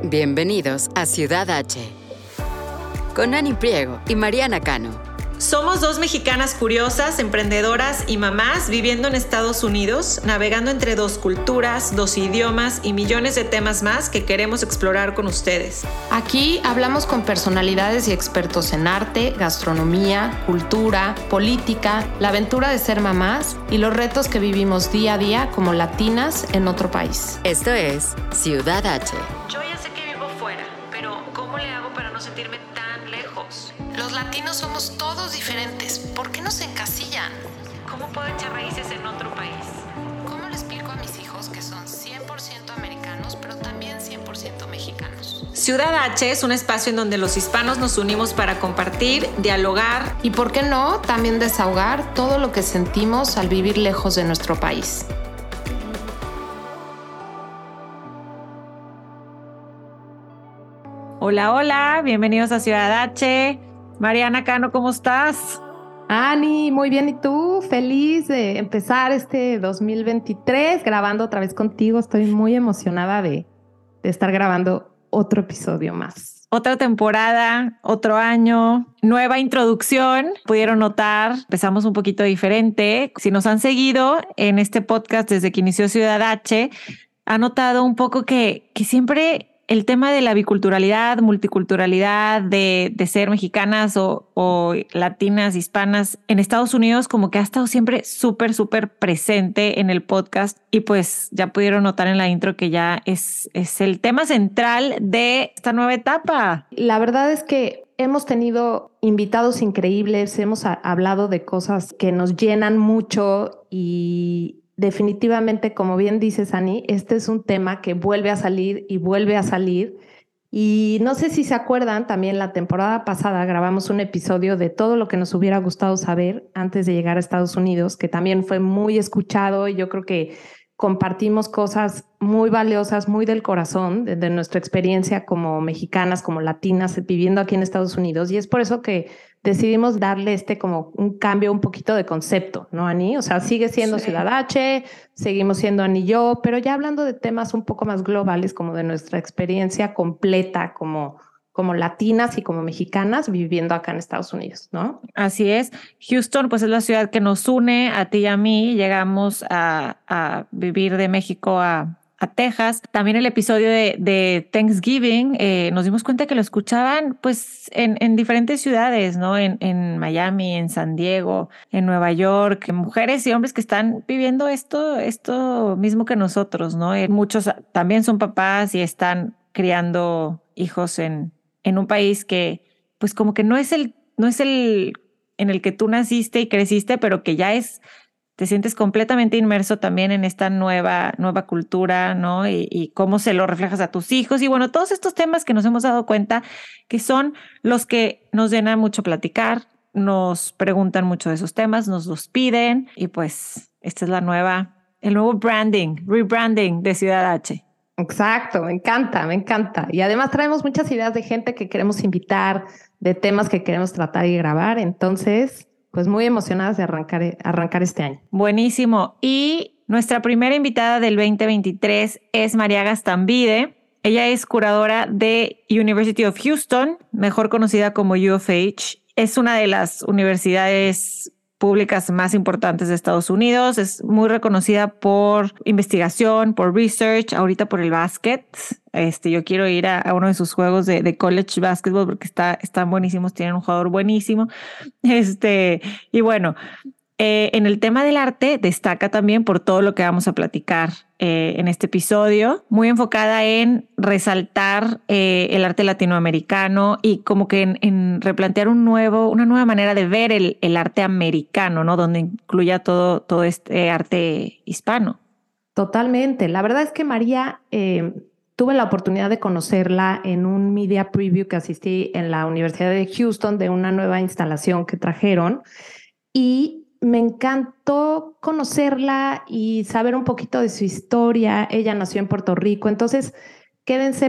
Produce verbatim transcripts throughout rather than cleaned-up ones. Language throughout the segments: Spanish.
Bienvenidos a Ciudad H, con Ani Priego y Mariana Cano. Somos dos mexicanas curiosas, emprendedoras y mamás viviendo en Estados Unidos, navegando entre dos culturas, dos idiomas y millones de temas más que queremos explorar con ustedes. Aquí hablamos con personalidades y expertos en arte, gastronomía, cultura, política, la aventura de ser mamás y los retos que vivimos día a día como latinas en otro país. Esto es Ciudad H. Yo ya sé que vivo fuera, pero ¿cómo le hago para no sentirme tan lejos? Los latinos somos todos diferentes. ¿Por qué nos encasillan? ¿Cómo puedo echar raíces en otro país? ¿Cómo le explico a mis hijos que son cien por ciento americanos, pero también cien por ciento mexicanos? Ciudad H es un espacio en donde los hispanos nos unimos para compartir, dialogar y, ¿por qué no?, también desahogar todo lo que sentimos al vivir lejos de nuestro país. Hola, hola, bienvenidos a Ciudad H. Mariana Cano, ¿cómo estás? Ani, muy bien, ¿y tú? Feliz de empezar este dos mil veintitrés grabando otra vez contigo. Estoy muy emocionada de, de estar grabando otro episodio más. Otra temporada, otro año, nueva introducción. Pudieron notar, empezamos un poquito diferente. Si nos han seguido en este podcast desde que inició Ciudad H, han notado un poco que, que siempre el tema de la biculturalidad, multiculturalidad, de, de ser mexicanas o, o latinas, hispanas en Estados Unidos, como que ha estado siempre súper, súper presente en el podcast. Y pues ya pudieron notar en la intro que ya es, es el tema central de esta nueva etapa. La verdad es que hemos tenido invitados increíbles, hemos a- hablado de cosas que nos llenan mucho y definitivamente, como bien dices, Ani, este es un tema que vuelve a salir y vuelve a salir. Y no sé si se acuerdan, también la temporada pasada grabamos un episodio de todo lo que nos hubiera gustado saber antes de llegar a Estados Unidos, que también fue muy escuchado y yo creo que compartimos cosas muy valiosas, muy del corazón, de, de nuestra experiencia como mexicanas, como latinas, viviendo aquí en Estados Unidos. Y es por eso que decidimos darle este como un cambio un poquito de concepto, ¿no, Ani? O sea, sigue siendo Sí. Ciudad H, seguimos siendo Ani y yo, pero ya hablando de temas un poco más globales, como de nuestra experiencia completa como, como latinas y como mexicanas viviendo acá en Estados Unidos, ¿no? Así es. Houston, pues es la ciudad que nos une a ti y a mí. Llegamos a, a vivir de México a, a Texas. También el episodio de, de Thanksgiving, eh, nos dimos cuenta que lo escuchaban pues en, en diferentes ciudades, ¿no? En, en Miami, en San Diego, en Nueva York, mujeres y hombres que están viviendo esto, esto mismo que nosotros, ¿no? Eh, muchos también son papás y están criando hijos en, en un país que pues como que no es el no es el en el que tú naciste y creciste, pero que ya es, te sientes completamente inmerso también en esta nueva, nueva cultura, ¿no? Y, y cómo se lo reflejas a tus hijos. Y bueno, todos estos temas que nos hemos dado cuenta que son los que nos llenan mucho platicar, nos preguntan mucho de esos temas, nos los piden y pues esta es la nueva, el nuevo branding, rebranding de Ciudad H. Exacto, me encanta, me encanta. Y además traemos muchas ideas de gente que queremos invitar, de temas que queremos tratar y grabar. Entonces, pues muy emocionadas de arrancar, arrancar este año. Buenísimo. Y nuestra primera invitada del veinte veintitrés es María Gastambide. Ella es curadora de University of Houston, mejor conocida como U of H. Es una de las universidades públicas más importantes de Estados Unidos. Es muy reconocida por investigación, por research, ahorita por el básquet. Este, yo quiero ir a, a uno de sus juegos de, de college basketball porque está, están buenísimos, tienen un jugador buenísimo. Este, y bueno, eh, en el tema del arte destaca también por todo lo que vamos a platicar eh, en este episodio, muy enfocada en resaltar eh, el arte latinoamericano y como que en, en replantear un nuevo, una nueva manera de ver el, el arte americano, ¿no? Donde incluya todo, todo este arte hispano. Totalmente. La verdad es que María, eh, tuve la oportunidad de conocerla en un media preview que asistí en la Universidad de Houston de una nueva instalación que trajeron y me encantó conocerla y saber un poquito de su historia. Ella nació en Puerto Rico, entonces quédense pa-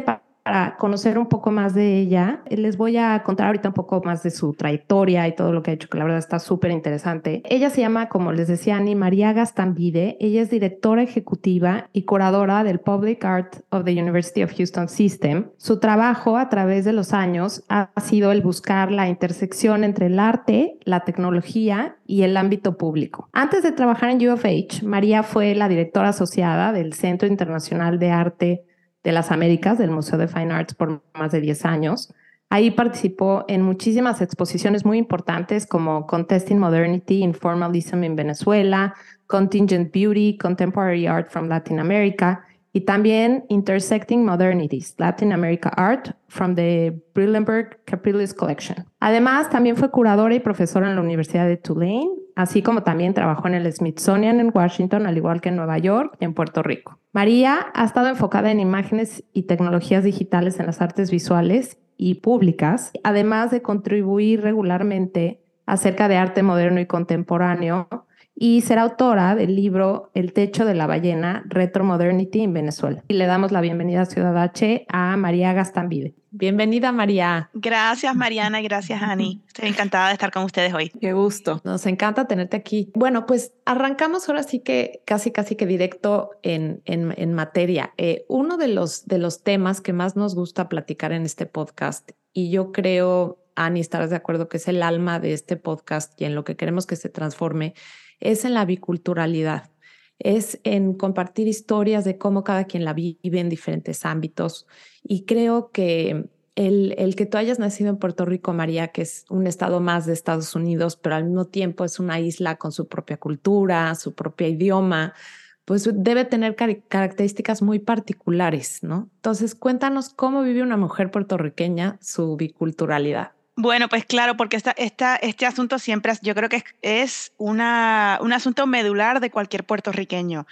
para conocer un poco más de ella, les voy a contar ahorita un poco más de su trayectoria y todo lo que ha hecho, que la verdad está súper interesante. Ella se llama, como les decía Ani, María Gastambide. Ella es directora ejecutiva y curadora del Public Art of the University of Houston System. Su trabajo a través de los años ha sido el buscar la intersección entre el arte, la tecnología y el ámbito público. Antes de trabajar en U of H, María fue la directora asociada del Centro Internacional de Arte de las Américas, del Museo de Fine Arts, por más de diez años. Ahí participó en muchísimas exposiciones muy importantes como Contesting Modernity, Informalism in Venezuela, Contingent Beauty, Contemporary Art from Latin America, y también Intersecting Modernities, Latin America Art from the Brillenberg Capriles Collection. Además, también fue curadora y profesora en la Universidad de Tulane, así como también trabajó en el Smithsonian en Washington, al igual que en Nueva York y en Puerto Rico. María ha estado enfocada en imágenes y tecnologías digitales en las artes visuales y públicas, además de contribuir regularmente acerca de arte moderno y contemporáneo, y ser autora del libro El techo de la ballena, Retromodernity en Venezuela. Y le damos la bienvenida a Ciudad H a María Gastambide. Bienvenida, María. Gracias, Mariana, y gracias, Ani. Estoy encantada de estar con ustedes hoy. Qué gusto. Nos encanta tenerte aquí. Bueno, pues arrancamos ahora sí que casi, casi que directo en, en, en materia. Eh, uno de los, de los temas que más nos gusta platicar en este podcast, y yo creo, Ani, estarás de acuerdo que es el alma de este podcast y en lo que queremos que se transforme, es en la biculturalidad, es en compartir historias de cómo cada quien la vive en diferentes ámbitos. Y creo que el, el que tú hayas nacido en Puerto Rico, María, que es un estado más de Estados Unidos, pero al mismo tiempo es una isla con su propia cultura, su propio idioma, pues debe tener car- características muy particulares, ¿no? Entonces, cuéntanos cómo vive una mujer puertorriqueña su biculturalidad. Bueno, pues claro, porque esta, esta, este asunto siempre, es- yo creo que es, es una, un asunto medular de cualquier puertorriqueño,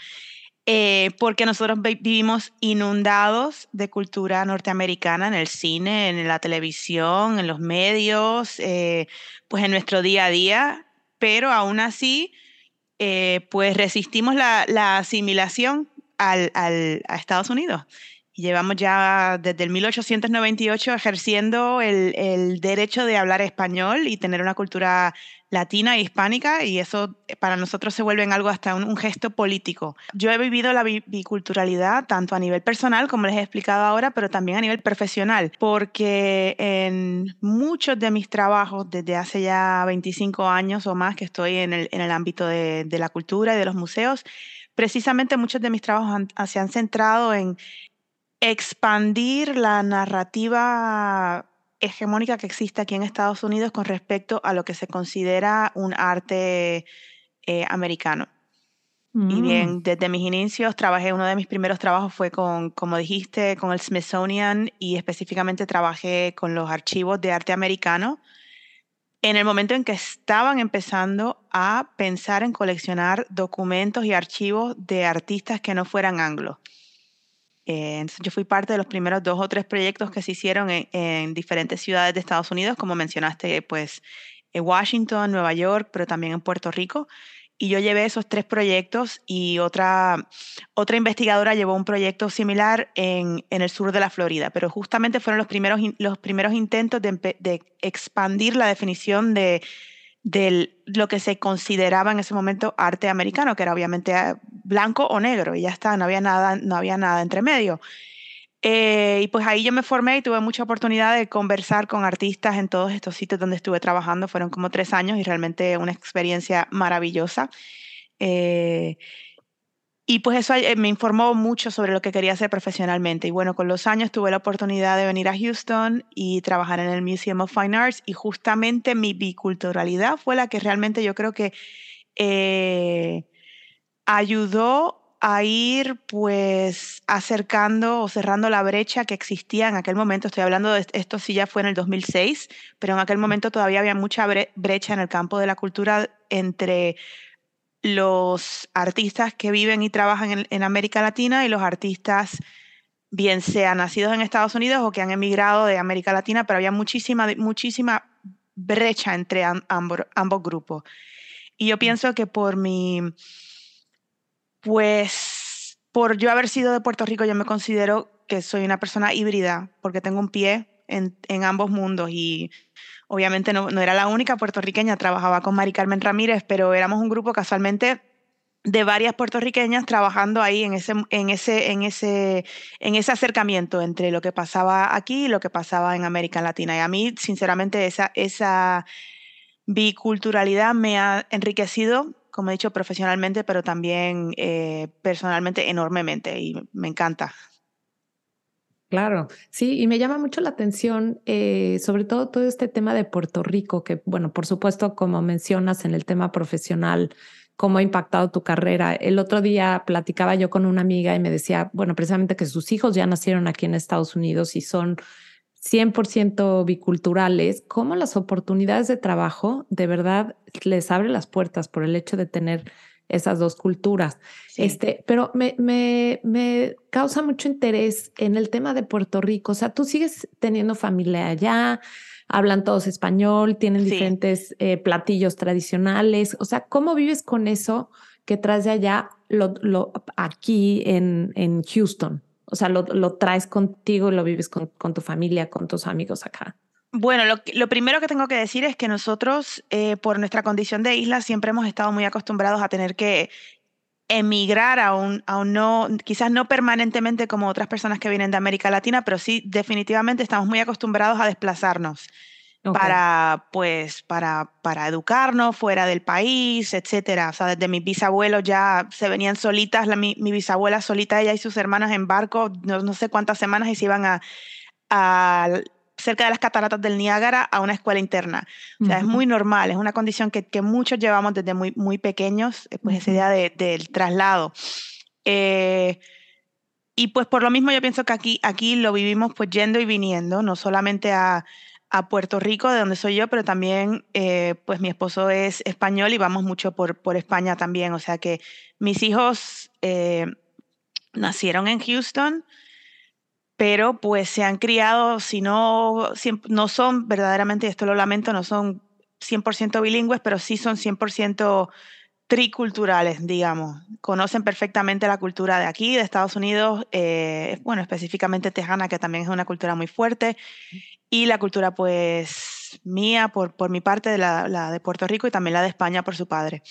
eh, porque nosotros vi- vivimos inundados de cultura norteamericana en el cine, en la televisión, en los medios, eh, pues en nuestro día a día, pero aún así, eh, pues resistimos la, la asimilación al, al- a Estados Unidos. Y llevamos ya desde el mil ochocientos noventa y ocho ejerciendo el, el derecho de hablar español y tener una cultura latina e hispánica, y eso eh, para nosotros se vuelve en algo hasta un, un gesto político. Yo he vivido la bi- biculturalidad tanto a nivel personal, como les he explicado ahora, pero también a nivel profesional, porque en muchos de mis trabajos, desde hace ya veinticinco años o más que estoy en el, en el ámbito de, de la cultura y de los museos, precisamente muchos de mis trabajos han- se han centrado en expandir la narrativa hegemónica que existe aquí en Estados Unidos con respecto a lo que se considera un arte eh, americano. Y Mm. bien, desde mis inicios trabajé, uno de mis primeros trabajos fue con, como dijiste, con el Smithsonian, y específicamente trabajé con los archivos de arte americano en el momento en que estaban empezando a pensar en coleccionar documentos y archivos de artistas que no fueran anglos. Eh, entonces yo fui parte de los primeros dos o tres proyectos que se hicieron en, en diferentes ciudades de Estados Unidos, como mencionaste, pues en Washington, Nueva York, pero también en Puerto Rico. Y yo llevé esos tres proyectos, y otra, otra investigadora llevó un proyecto similar en, en el sur de la Florida, pero justamente fueron los primeros, in- los primeros intentos de, empe- de expandir la definición de de lo que se consideraba en ese momento arte americano, que era obviamente eh, blanco o negro, y ya está, no había nada, no había nada entre medio. Eh, y pues ahí yo me formé y tuve mucha oportunidad de conversar con artistas en todos estos sitios donde estuve trabajando. Fueron como tres años y realmente una experiencia maravillosa. Eh, y pues eso eh, me informó mucho sobre lo que quería hacer profesionalmente. Y bueno, con los años tuve la oportunidad de venir a Houston y trabajar en el Museum of Fine Arts, y justamente mi biculturalidad fue la que realmente yo creo que eh, ayudó a ir pues acercando o cerrando la brecha que existía en aquel momento. Estoy hablando de esto, sí, ya fue en el dos mil seis, pero en aquel momento todavía había mucha bre- brecha en el campo de la cultura entre los artistas que viven y trabajan en, en América Latina y los artistas, bien sean nacidos en Estados Unidos o que han emigrado de América Latina, pero había muchísima, muchísima brecha entre am- ambos, ambos grupos. Y yo pienso que por mi, pues, por yo haber sido de Puerto Rico, yo me considero que soy una persona híbrida, porque tengo un pie en, en ambos mundos y obviamente no, no era la única puertorriqueña, trabajaba con Mari Carmen Ramírez, pero éramos un grupo casualmente de varias puertorriqueñas trabajando ahí en ese, en ese, en ese, en ese acercamiento entre lo que pasaba aquí y lo que pasaba en América Latina. Y a mí, sinceramente, esa, esa biculturalidad me ha enriquecido, como he dicho, profesionalmente, pero también eh, personalmente enormemente y me encanta. Claro, sí, y me llama mucho la atención, eh, sobre todo todo este tema de Puerto Rico, que bueno, por supuesto, como mencionas en el tema profesional, cómo ha impactado tu carrera. El otro día platicaba yo con una amiga y me decía, bueno, precisamente que sus hijos ya nacieron aquí en Estados Unidos y son cien por ciento biculturales, cómo las oportunidades de trabajo de verdad les abre las puertas por el hecho de tener esas dos culturas. Sí. Este, pero me, me, me causa mucho interés en el tema de Puerto Rico. O sea, tú sigues teniendo familia allá, hablan todos español, tienen Sí. diferentes eh, platillos tradicionales. O sea, ¿cómo vives con eso que traes de allá lo, lo, aquí en, en Houston? O sea, lo, lo traes contigo y lo vives con, con tu familia, con tus amigos acá. Bueno, lo, lo primero que tengo que decir es que nosotros, eh, por nuestra condición de isla, siempre hemos estado muy acostumbrados a tener que emigrar a un, a un no, quizás no permanentemente como otras personas que vienen de América Latina, pero sí definitivamente estamos muy acostumbrados a desplazarnos Okay. para, pues, para, para educarnos fuera del país, etcétera. O sea, desde mis bisabuelos ya se venían solitas, la, mi, mi bisabuela solita, ella y sus hermanas en barco, no, no sé cuántas semanas, y se iban a, a cerca de las cataratas del Niágara a una escuela interna. O sea, uh-huh. es muy normal, es una condición que, que muchos llevamos desde muy, muy pequeños, pues uh-huh. esa idea de, del traslado. Eh, y pues por lo mismo yo pienso que aquí, aquí lo vivimos pues yendo y viniendo, no solamente a, a Puerto Rico, de donde soy yo, pero también eh, pues mi esposo es español y vamos mucho por, por España también. O sea que mis hijos eh, nacieron en Houston, pero pues se han criado, si no, no son verdaderamente, esto lo lamento, no son cien por ciento bilingües, pero sí son cien por ciento triculturales, digamos. Conocen perfectamente la cultura de aquí, de Estados Unidos, eh, bueno, específicamente tejana, que también es una cultura muy fuerte, y la cultura pues mía, por, por mi parte, de la, la de Puerto Rico y también la de España por su padre.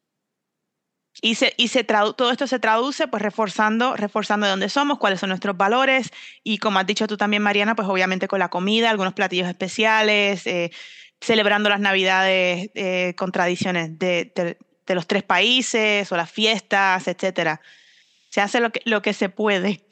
Y, se, y se tradu- todo esto se traduce pues reforzando, reforzando de dónde somos, cuáles son nuestros valores y como has dicho tú también, Mariana, pues obviamente con la comida, algunos platillos especiales, eh, celebrando las Navidades eh, con tradiciones de, de, de los tres países o las fiestas, etcétera. Se hace lo que, lo que se puede.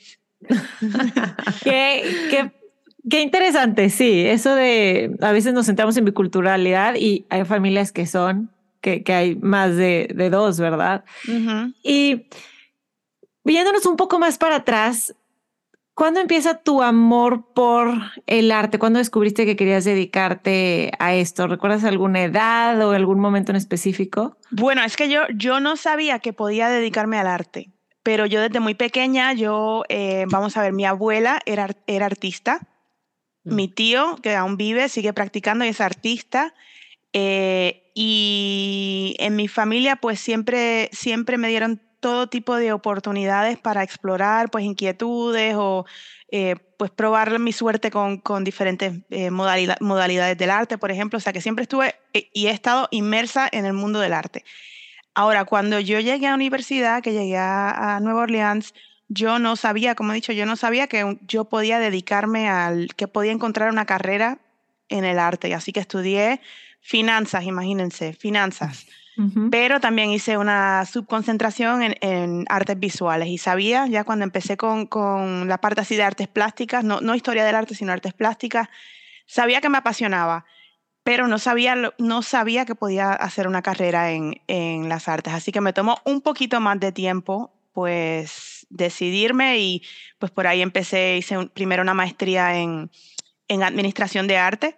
qué, qué, qué interesante, sí, eso de a veces nos centramos en biculturalidad y hay familias que son Que, que hay más de, de dos, ¿verdad? Uh-huh. Y viéndonos un poco más para atrás, ¿cuándo empieza tu amor por el arte? ¿Cuándo descubriste que querías dedicarte a esto? ¿Recuerdas alguna edad o algún momento en específico? Bueno, es que yo, yo no sabía que podía dedicarme al arte, pero yo desde muy pequeña, yo, eh, vamos a ver, mi abuela era, era artista, mm. mi tío, que aún vive, sigue practicando y es artista. Eh, y en mi familia pues siempre, siempre me dieron todo tipo de oportunidades para explorar pues inquietudes o eh, pues probar mi suerte con, con diferentes eh, modalidad, modalidades del arte, por ejemplo. O sea que siempre estuve eh, y he estado inmersa en el mundo del arte. Ahora, cuando yo llegué a la universidad, que llegué a, a Nueva Orleans, yo no sabía, como he dicho, yo no sabía que yo podía dedicarme al, que podía encontrar una carrera en el arte. Y así que estudié finanzas, imagínense, finanzas. Uh-huh. Pero también hice una subconcentración en, en artes visuales y sabía ya cuando empecé con, con la parte así de artes plásticas, no, no historia del arte, sino artes plásticas, sabía que me apasionaba, pero no sabía, no sabía que podía hacer una carrera en, en las artes. Así que me tomó un poquito más de tiempo pues decidirme y pues por ahí empecé, hice un, primero una maestría en, en administración de arte,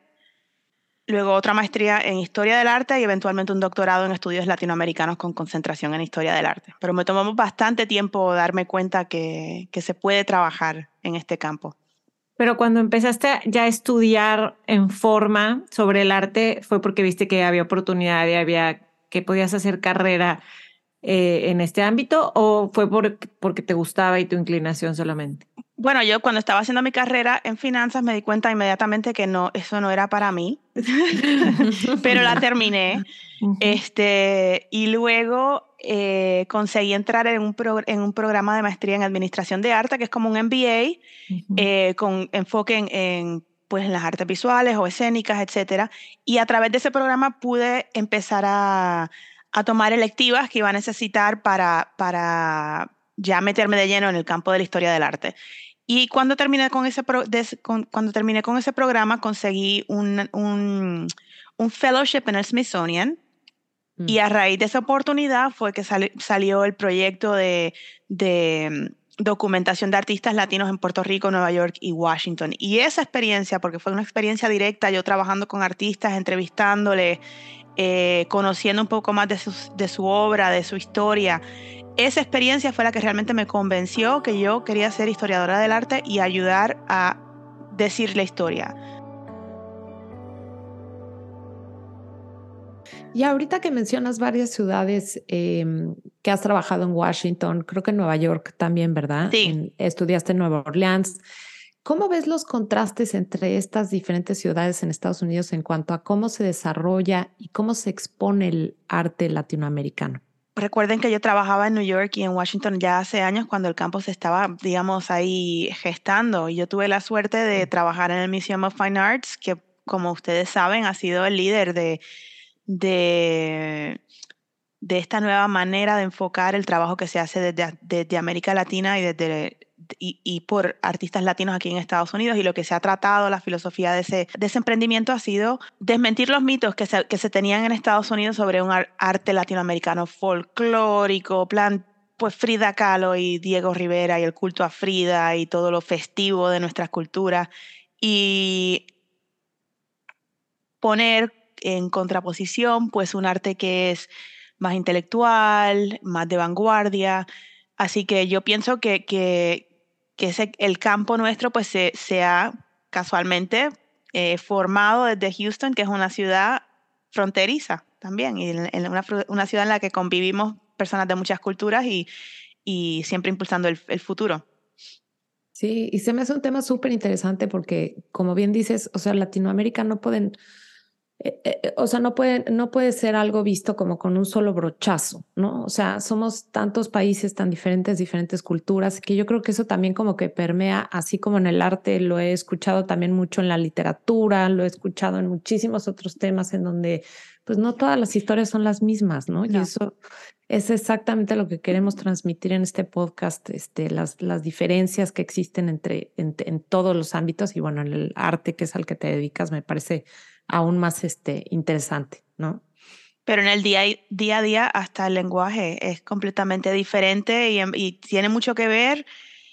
luego otra maestría en historia del arte y eventualmente un doctorado en estudios latinoamericanos con concentración en historia del arte. Pero me tomó bastante tiempo darme cuenta que, que se puede trabajar en este campo. Pero cuando empezaste ya a estudiar en forma sobre el arte, ¿fue porque viste que había oportunidad y había, que podías hacer carrera eh, en este ámbito o fue por, porque te gustaba y tu inclinación solamente? Bueno, yo cuando estaba haciendo mi carrera en finanzas me di cuenta inmediatamente que no, eso no era para mí, pero la terminé. Ujú. Este, y luego eh, conseguí entrar en un, pro- en un programa de maestría en Administración de Arte, que es como un M B A, Ujú. eh, con enfoque en, en, pues, en las artes visuales o escénicas, etcétera. Y a través de ese programa pude empezar a, a tomar electivas que iba a necesitar para, para ya meterme de lleno en el campo de la historia del arte. Y cuando terminé con ese, pro, des, con, cuando terminé con ese programa, conseguí un, un, un fellowship en el Smithsonian. Mm. Y a raíz de esa oportunidad fue que sali, salió el proyecto de, de documentación de artistas latinos en Puerto Rico, Nueva York y Washington. Y esa experiencia, porque fue una experiencia directa, yo trabajando con artistas, entrevistándoles, eh, conociendo un poco más de, sus, de su obra, de su historia, esa experiencia fue la que realmente me convenció que yo quería ser historiadora del arte y ayudar a decir la historia. Y ahorita que mencionas varias ciudades eh, que has trabajado en Washington, creo que en Nueva York también, ¿verdad? Sí. En, estudiaste en Nueva Orleans. ¿Cómo ves los contrastes entre estas diferentes ciudades en Estados Unidos en cuanto a cómo se desarrolla y cómo se expone el arte latinoamericano? Recuerden que yo trabajaba en New York y en Washington ya hace años cuando el campus estaba, digamos, ahí gestando. Y yo tuve la suerte de trabajar en el Museum of Fine Arts, que como ustedes saben ha sido el líder de, de, de esta nueva manera de enfocar el trabajo que se hace desde, desde América Latina y, desde, y, y por artistas latinos aquí en Estados Unidos. Y lo que se ha tratado, la filosofía de ese, de ese emprendimiento ha sido desmentir los mitos que se, que se tenían en Estados Unidos sobre un ar, arte latinoamericano folclórico, plan, pues Frida Kahlo y Diego Rivera y el culto a Frida y todo lo festivo de nuestras culturas. Y poner en contraposición pues un arte que es más intelectual, más de vanguardia. Así que yo pienso que, que, que ese, el campo nuestro pues se, se ha casualmente eh, formado desde Houston, que es una ciudad fronteriza también, y en, en una, una ciudad en la que convivimos personas de muchas culturas y, y siempre impulsando el, el futuro. Sí, y se me hace un tema súper interesante porque, como bien dices, o sea, Latinoamérica no pueden, eh, eh, o sea, no puede, no puede ser algo visto como con un solo brochazo, ¿no? O sea, somos tantos países tan diferentes, diferentes culturas, que yo creo que eso también como que permea, así como en el arte, lo he escuchado también mucho en la literatura, lo he escuchado en muchísimos otros temas en donde, pues no todas las historias son las mismas, ¿no? No. Y eso es exactamente lo que queremos transmitir en este podcast, este, las, las diferencias que existen entre, en, en todos los ámbitos y bueno, en el arte, que es al que te dedicas, me parece aún más este, interesante, ¿no? Pero en el día, día a día hasta el lenguaje es completamente diferente y, y tiene mucho que ver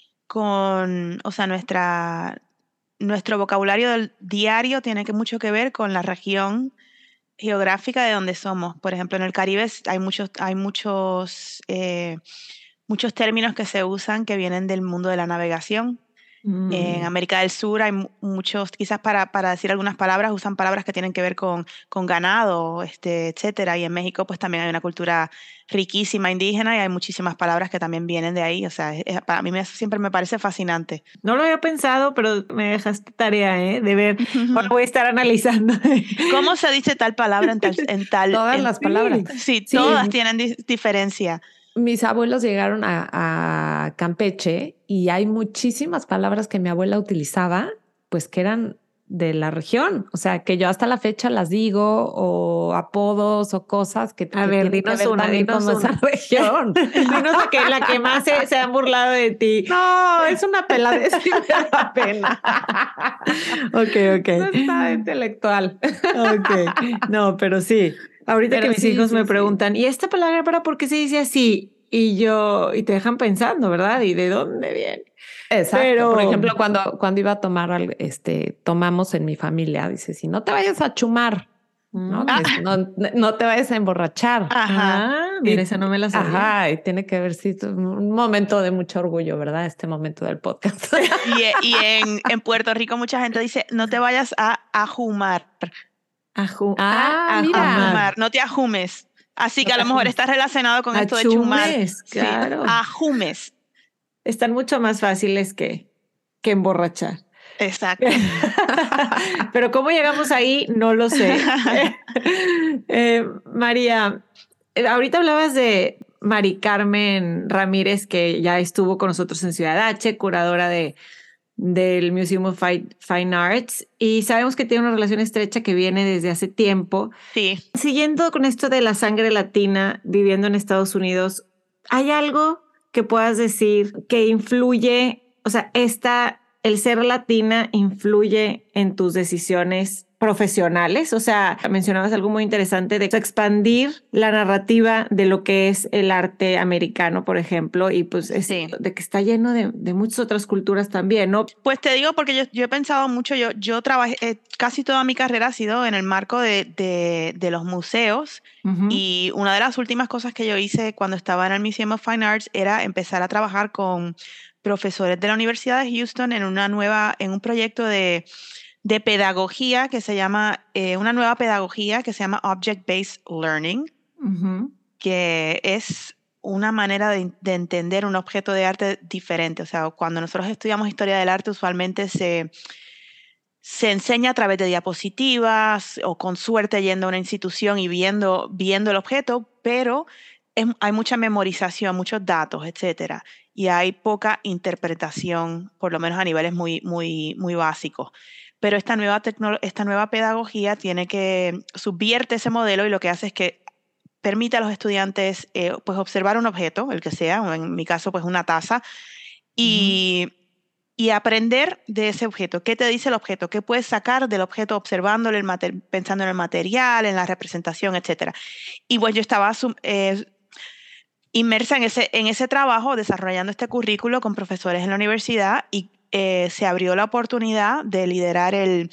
con, o sea, nuestra, nuestro vocabulario del diario tiene que mucho que ver con la región geográfica de donde somos. Por ejemplo, en el Caribe hay muchos, hay muchos, eh, muchos términos que se usan que vienen del mundo de la navegación. Mm. En América del Sur hay muchos, quizás para, para decir algunas palabras, usan palabras que tienen que ver con, con ganado, este, etcétera. Y en México pues también hay una cultura riquísima indígena y hay muchísimas palabras que también vienen de ahí. O sea, es, para mí me, siempre me parece fascinante. No lo había pensado, pero me dejaste tarea, ¿eh? De ver. Ahora voy a estar analizando. ¿Cómo se dice tal palabra en tal... En tal Todas en, las palabras. Sí, Sí. todas tienen di diferencia. Mis abuelos llegaron a, a Campeche y hay muchísimas palabras que mi abuela utilizaba, pues que eran de la región. O sea, que yo hasta la fecha las digo, o apodos o cosas que, A que ver, tienen dinos que ver una, también dinos con una. esa región. Dinos la que, la que más se, se han burlado de ti. No, es una peladez y me da pena. Ok, ok. No está intelectual. Ok. No, pero sí. Ahorita Pero que mis sí, hijos sí, me sí. preguntan, ¿y esta palabra para por qué se dice así? Y yo, y te dejan pensando, ¿verdad? ¿Y de dónde viene? Exacto. Pero- Por ejemplo, cuando, cuando iba a tomar, algo, este, tomamos en mi familia, dice, si no te vayas a chumar, ¿no? Mm. Que es- no, no te vayas a emborrachar. Ajá. Ah, mira, Y- esa no me la sabía. Ajá, y tiene que ver, sí, un momento de mucho orgullo, ¿verdad? Este momento del podcast. Y, y en, en Puerto Rico mucha gente dice, no te vayas a ajumar. Aju- Ah, a- mira. ajumar. Ajumar, no te ajumes. Así No que a te lo mejor ajumes. está relacionado con esto de chumar. Achumes, Sí, claro. ajumes. Están mucho más fáciles que, que emborrachar. Exacto. Pero cómo llegamos ahí, no lo sé. eh, María, ahorita hablabas de Mari Carmen Ramírez, que ya estuvo con nosotros en Ciudad H, curadora de, del Museum of Fine Arts, y sabemos que tiene una relación estrecha que viene desde hace tiempo. Sí. Siguiendo con esto de la sangre latina viviendo en Estados Unidos, ¿hay algo que puedas decir que influye, o sea, esta, el ser latina influye en tus decisiones profesionales? O sea, mencionabas algo muy interesante de expandir la narrativa de lo que es el arte americano, por ejemplo, y pues es Sí. de que está lleno de, de muchas otras culturas también, ¿no? Pues te digo porque yo, yo he pensado mucho, yo, yo trabajé, eh, casi toda mi carrera ha sido en el marco de, de, de los museos, Uh-huh. y una de las últimas cosas que yo hice cuando estaba en el Museum of Fine Arts era empezar a trabajar con profesores de la Universidad de Houston en una nueva, en un proyecto de de pedagogía que se llama, eh, una nueva pedagogía que se llama Object-Based Learning, Uh-huh. que es una manera de, de entender un objeto de arte diferente. O sea, cuando nosotros estudiamos historia del arte, usualmente se, se enseña a través de diapositivas o con suerte yendo a una institución y viendo, viendo el objeto, pero es, hay mucha memorización, muchos datos, etcétera, y hay poca interpretación, por lo menos a niveles muy, muy, muy básicos. Pero esta nueva, tecno- esta nueva pedagogía tiene que subvierte ese modelo, y lo que hace es que permite a los estudiantes eh, pues observar un objeto, el que sea, o en mi caso pues una taza, y, uh-huh. y aprender de ese objeto. ¿Qué te dice el objeto? ¿Qué puedes sacar del objeto observándolo, el mater- pensando en el material, en la representación, etcétera? Y pues yo estaba eh, inmersa en ese, en ese trabajo, desarrollando este currículo con profesores en la universidad, y Eh, se abrió la oportunidad de liderar el,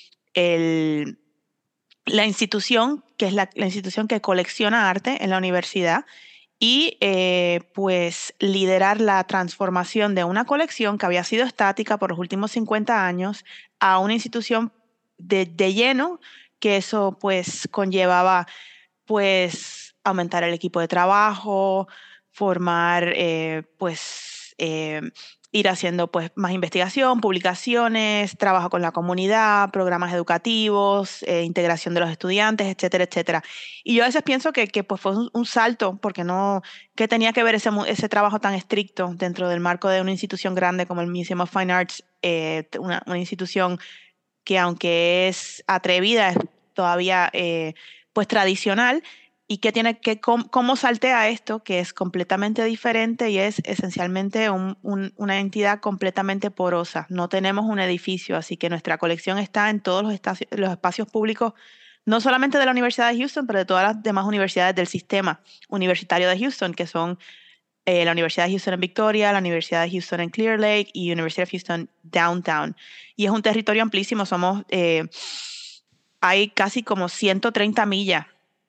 el, la institución, que es la, la institución que colecciona arte en la universidad, y eh, pues liderar la transformación de una colección que había sido estática por los últimos cincuenta años a una institución de, de lleno, que eso pues conllevaba pues aumentar el equipo de trabajo, formar eh, pues eh, ir haciendo pues más investigación, publicaciones, trabajo con la comunidad, programas educativos, eh, integración de los estudiantes, etcétera, etcétera. Y yo a veces pienso que, que pues fue un, un salto, porque no, ¿qué tenía que ver ese, ese trabajo tan estricto dentro del marco de una institución grande como el Museum of Fine Arts, eh, una, una institución que aunque es atrevida, es todavía eh, pues tradicional? Y que tiene que, cómo, cómo saltea esto, que es completamente diferente y es esencialmente un, un, una entidad completamente porosa. No tenemos un edificio, así que nuestra colección está en todos los, estacios, los espacios públicos, no solamente de la Universidad de Houston, pero de todas las demás universidades del sistema universitario de Houston, que son eh, la Universidad de Houston en Victoria, la Universidad de Houston en Clear Lake y University of Houston Downtown. Y es un territorio amplísimo, somos, eh, hay casi como ciento treinta millas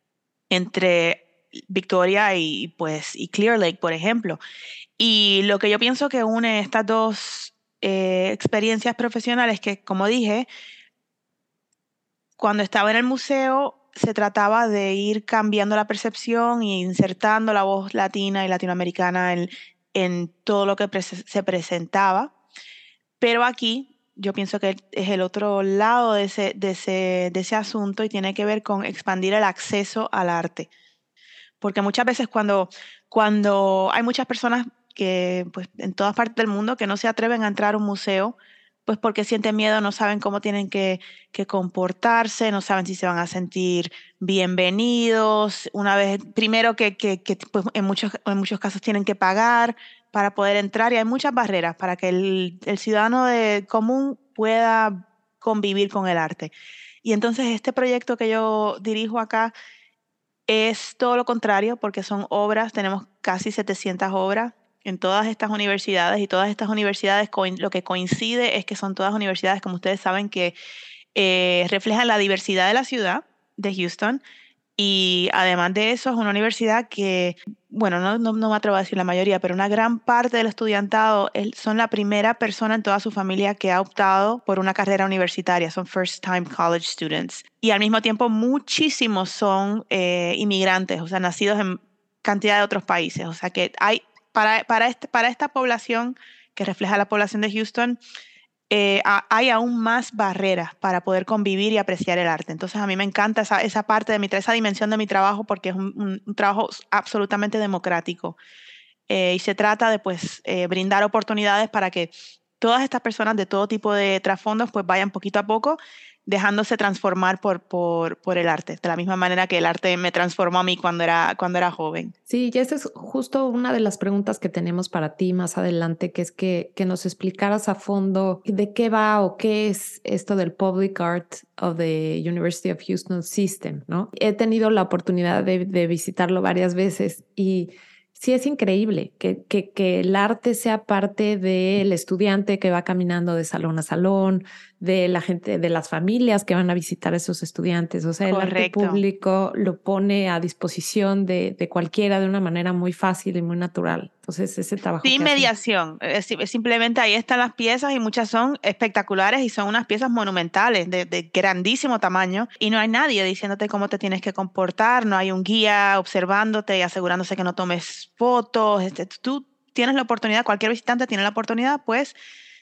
entre Victoria y, pues, y Clear Lake, por ejemplo. Y lo que yo pienso que une estas dos eh, experiencias profesionales, que como dije, cuando estaba en el museo se trataba de ir cambiando la percepción e insertando la voz latina y latinoamericana en, en todo lo que pre- se presentaba. Pero aquí yo pienso que es el otro lado de ese, de ese, de ese asunto, y tiene que ver con expandir el acceso al arte. Porque muchas veces cuando, cuando hay muchas personas que pues, en todas partes del mundo que no se atreven a entrar a un museo, pues porque sienten miedo, no saben cómo tienen que, que comportarse, no saben si se van a sentir bienvenidos. Una vez, primero que, que, que pues, en, muchos, en muchos casos tienen que pagar para poder entrar, y hay muchas barreras para que el, el ciudadano de común pueda convivir con el arte. Y entonces este proyecto que yo dirijo acá es todo lo contrario, porque son obras, tenemos casi setecientas obras en todas estas universidades, y todas estas universidades lo que coincide es que son todas universidades, como ustedes saben, que eh, reflejan la diversidad de la ciudad de Houston. Y además de eso, es una universidad que, bueno, no, no, no me atrevo a decir la mayoría, pero una gran parte del estudiantado son la primera persona en toda su familia que ha optado por una carrera universitaria, son first time college students. Y al mismo tiempo muchísimos son eh, inmigrantes, o sea, nacidos en cantidad de otros países. O sea que hay, para, para, este, para esta población que refleja la población de Houston, eh, a, hay aún más barreras para poder convivir y apreciar el arte. Entonces a mí me encanta esa, esa parte de mi, esa dimensión de mi trabajo porque es un, un, un trabajo absolutamente democrático. Eh, y se trata de pues eh, brindar oportunidades para que todas estas personas de todo tipo de trasfondos pues vayan poquito a poco dejándose transformar por, por, por el arte, de la misma manera que el arte me transformó a mí cuando era, cuando era joven. Sí, y esa es justo una de las preguntas que tenemos para ti más adelante, que es que, que nos explicaras a fondo de qué va o qué es esto del Public Art of the University of Houston System, ¿no? He tenido la oportunidad de, de visitarlo varias veces y sí es increíble que, que, que el arte sea parte del estudiante que va caminando de salón a salón, de la gente, de las familias que van a visitar a esos estudiantes. O sea, Correcto. El arte público lo pone a disposición de, de cualquiera de una manera muy fácil y muy natural. Entonces, ese trabajo Sin que mediación, es, es simplemente ahí están las piezas y muchas son espectaculares y son unas piezas monumentales de, de grandísimo tamaño y no hay nadie diciéndote cómo te tienes que comportar, no hay un guía observándote y asegurándose que no tomes fotos. Este, tú tienes la oportunidad, cualquier visitante tiene la oportunidad pues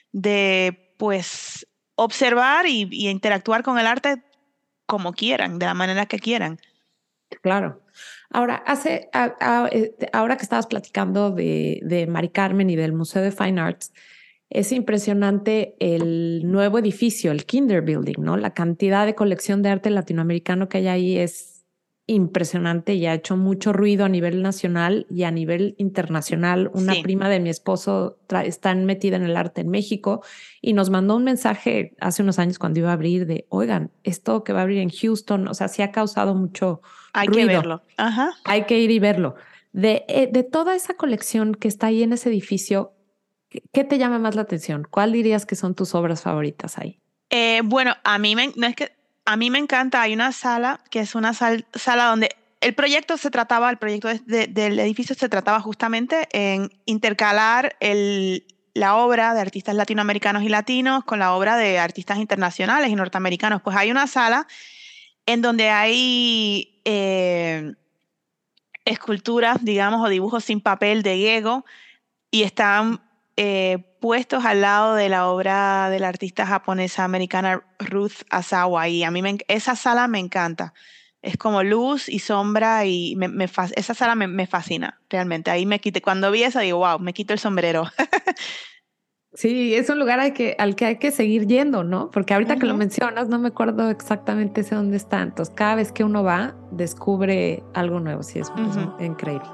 de pues observar y, y interactuar con el arte como quieran, de la manera que quieran. Claro. Ahora, hace, a, a, ahora que estabas platicando de, de Mari Carmen y del Museo de Fine Arts, es impresionante el nuevo edificio, el Kinder Building, ¿no? La cantidad de colección de arte latinoamericano que hay ahí es impresionante y ha hecho mucho ruido a nivel nacional y a nivel internacional. Una Sí. prima de mi esposo está metida en el arte en México y nos mandó un mensaje hace unos años cuando iba a abrir de, oigan, esto que va a abrir en Houston, o sea, sí ha causado mucho Hay ruido. que verlo. Ajá. Hay que ir y verlo. De, de toda esa colección que está ahí en ese edificio, ¿qué te llama más la atención? ¿Cuál dirías que son tus obras favoritas ahí? Eh, bueno, a mí me, no es que, a mí me encanta, hay una sala que es una sal, sala donde el proyecto se trataba, el proyecto de, de, del edificio se trataba justamente en intercalar el, la obra de artistas latinoamericanos y latinos con la obra de artistas internacionales y norteamericanos. Pues hay una sala en donde hay eh, esculturas, digamos, o dibujos sin papel de Gego y están eh, puestos al lado de la obra de la artista japonesa americana Ruth Asawa. Y a mí me, esa sala me encanta. Es como luz y sombra y me, me, esa sala me, me fascina, realmente. Ahí me quité, cuando vi eso digo, wow, me quito el sombrero. Sí, es un lugar al que, al que hay que seguir yendo, ¿no? Porque ahorita uh-huh. que lo mencionas, no me acuerdo exactamente ese dónde está. Entonces, cada vez que uno va, descubre algo nuevo. Sí, es, uh-huh. es increíble.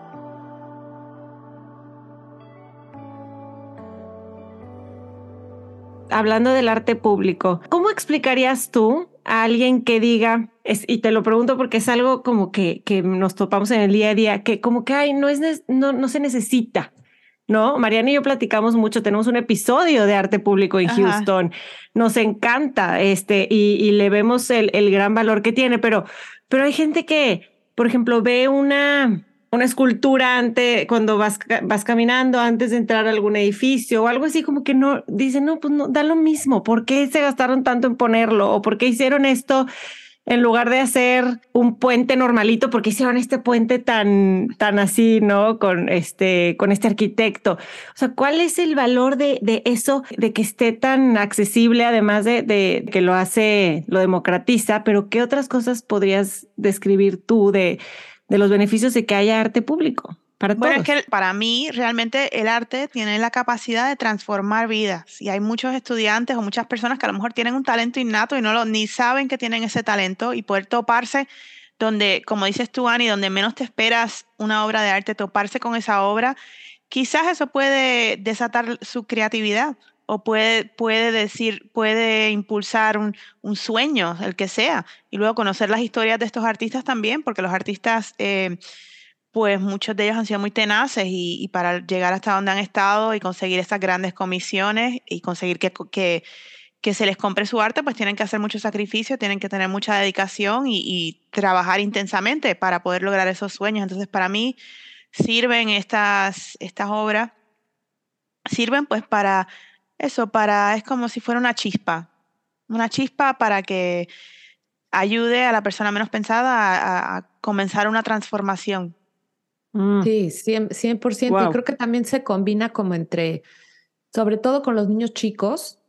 Hablando del arte público, ¿cómo explicarías tú a alguien que diga, es, y te lo pregunto porque es algo como que, que nos topamos en el día a día, que como que ay, no, es, no, no se necesita, ¿no? Mariana y yo platicamos mucho, tenemos un episodio de arte público en Ajá. Houston, nos encanta este, y, y le vemos el, el gran valor que tiene, pero, pero hay gente que, por ejemplo, ve una... una escultura antes, cuando vas, vas caminando antes de entrar a algún edificio o algo así, como que no, dicen, no, pues no, da lo mismo. ¿Por qué se gastaron tanto en ponerlo? ¿O por qué hicieron esto en lugar de hacer un puente normalito? ¿Por qué hicieron este puente tan, tan así, ¿no? Con este, con este arquitecto. O sea, ¿cuál es el valor de, de eso, de que esté tan accesible, además de, de que lo hace, lo democratiza? Pero ¿qué otras cosas podrías describir tú de de los beneficios de que haya arte público para bueno, todos? Es que para mí realmente el arte tiene la capacidad de transformar vidas y hay muchos estudiantes o muchas personas que a lo mejor tienen un talento innato y no lo ni saben que tienen ese talento y poder toparse donde, como dices tú, Ani, donde menos te esperas una obra de arte, toparse con esa obra, quizás eso puede desatar su creatividad o puede, puede decir, puede impulsar un, un sueño, el que sea, y luego conocer las historias de estos artistas también, porque los artistas, eh, pues muchos de ellos han sido muy tenaces y, y para llegar hasta donde han estado y conseguir estas grandes comisiones y conseguir que, que, que se les compre su arte, pues tienen que hacer mucho sacrificio, tienen que tener mucha dedicación y, y trabajar intensamente para poder lograr esos sueños. Entonces, para mí sirven estas, estas obras, sirven pues para... Eso, para, es como si fuera una chispa, una chispa para que ayude a la persona menos pensada a, a comenzar una transformación. Mm. Sí, cien por ciento. Wow. Y creo que también se combina como entre, sobre todo con los niños chicos,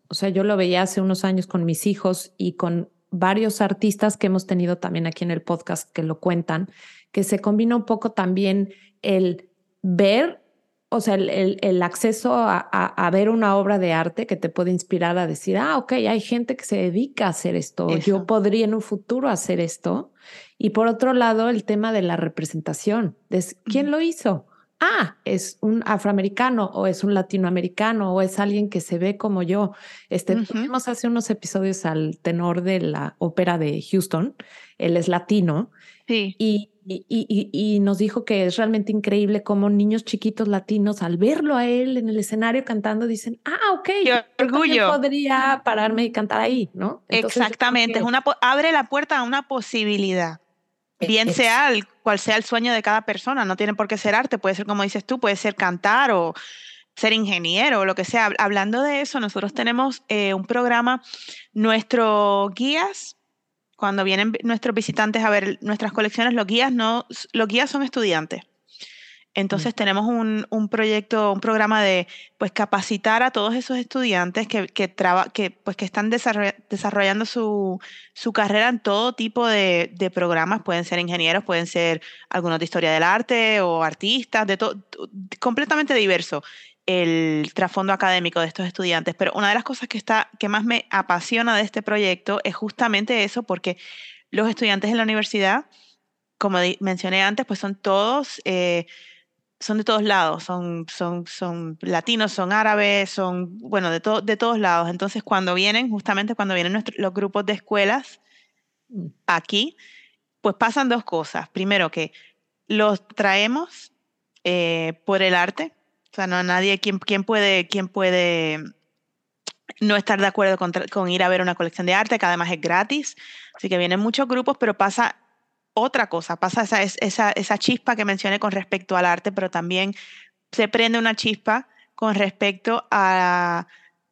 O sea, yo lo veía hace unos años con mis hijos y con varios artistas que hemos tenido también aquí en el podcast que lo cuentan, que se combina un poco también el ver, o sea, el, el, el acceso a, a, a ver una obra de arte que te puede inspirar a decir, ah, ok, hay gente que se dedica a hacer esto, Eso. yo podría en un futuro hacer esto. Y por otro lado, el tema de la representación, de quién uh-huh. lo hizo. Ah, es un afroamericano o es un latinoamericano o es alguien que se ve como yo. Este, uh-huh. Tuvimos hace unos episodios al tenor de la ópera de Houston, él es latino, sí. y, y, y, y nos dijo que es realmente increíble cómo niños chiquitos latinos al verlo a él en el escenario cantando dicen, ah, ok, ¡qué orgullo! Yo podría pararme y cantar ahí, ¿no? Entonces, exactamente, que... es una, abre la puerta a una posibilidad. Bien sea el, cual sea el sueño de cada persona, no tiene por qué ser arte, puede ser como dices tú, puede ser cantar o ser ingeniero o lo que sea. Hablando de eso, nosotros tenemos eh, un programa, nuestros guías, cuando vienen nuestros visitantes a ver nuestras colecciones, los guías, no, los guías son estudiantes. Entonces mm. tenemos un, un proyecto, un programa de pues, capacitar a todos esos estudiantes que, que, traba, que, pues, que están desarroll desarrollando su, su carrera en todo tipo de, de programas. Pueden ser ingenieros, pueden ser algunos de historia del arte o artistas, de todo, completamente diverso el trasfondo académico de estos estudiantes. Pero una de las cosas que, está, que más me apasiona de este proyecto es justamente eso, porque los estudiantes en la universidad, como mencioné antes, pues son todos... Eh, son de todos lados, son, son, son latinos, son árabes, son, bueno, de, to de todos lados. Entonces, cuando vienen, justamente cuando vienen nuestro, los grupos de escuelas aquí, pues pasan dos cosas. Primero, que los traemos eh, por el arte. O sea, no hay nadie quien, quien, puede, quien puede no estar de acuerdo con, con ir a ver una colección de arte, que además es gratis. Así que vienen muchos grupos, pero pasa... otra cosa, pasa esa, esa, esa chispa que mencioné con respecto al arte, pero también se prende una chispa con respecto a,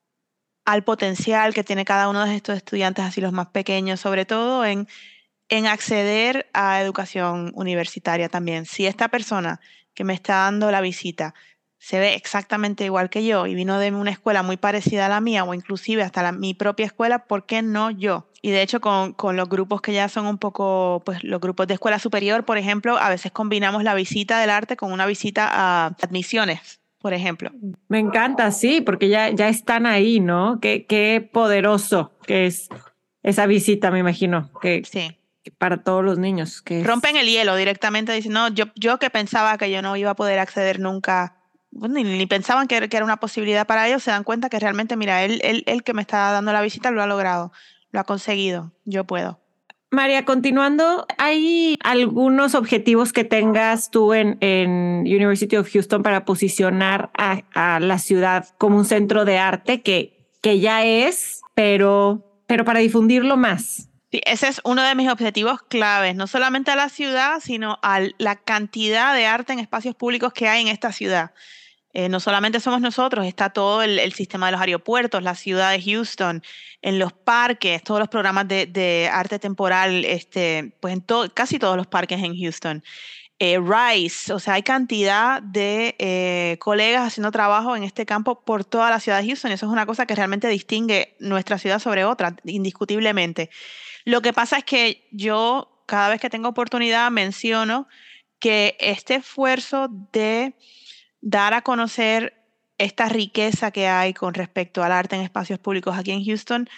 al potencial que tiene cada uno de estos estudiantes, así los más pequeños, sobre todo en, en acceder a educación universitaria también. Si esta persona que me está dando la visita se ve exactamente igual que yo y vino de una escuela muy parecida a la mía o inclusive hasta la, mi propia escuela, ¿por qué no yo? Y de hecho con, con los grupos que ya son un poco, pues los grupos de escuela superior, por ejemplo, a veces combinamos la visita del arte con una visita a admisiones, por ejemplo. Me encanta, sí, porque ya, ya están ahí, ¿no? Qué, qué poderoso que es esa visita, me imagino, que, sí. que para todos los niños. Que rompen es... el hielo directamente, dicen, no, yo, yo que pensaba que yo no iba a poder acceder nunca, bueno, ni, ni pensaban que, que era una posibilidad para ellos, se dan cuenta que realmente, mira, él, él, él que me está dando la visita lo ha logrado. Lo ha conseguido, yo puedo. María, continuando, ¿hay algunos objetivos que tengas tú en, en University of Houston para posicionar a, a la ciudad como un centro de arte que, que ya es, pero, pero para difundirlo más? Sí, ese es uno de mis objetivos claves, no solamente a la ciudad, sino a la cantidad de arte en espacios públicos que hay en esta ciudad. Eh, no solamente somos nosotros, está todo el, el sistema de los aeropuertos, la ciudad de Houston, en los parques, todos los programas de, de arte temporal, este, pues en to, casi todos los parques en Houston. Eh, Rice, o sea, hay cantidad de eh, colegas haciendo trabajo en este campo por toda la ciudad de Houston. Eso es una cosa que realmente distingue nuestra ciudad sobre otra, indiscutiblemente. Lo que pasa es que yo, cada vez que tengo oportunidad, menciono que este esfuerzo de dar a conocer esta riqueza que hay con respecto al arte en espacios públicos aquí en Houston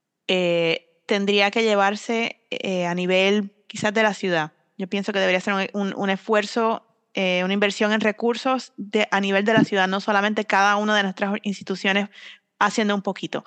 eh, tendría que llevarse eh, a nivel quizás de la ciudad. Yo pienso que debería ser un, un, un esfuerzo, eh, una inversión en recursos de, a nivel de la ciudad, no solamente cada una de nuestras instituciones haciendo un poquito.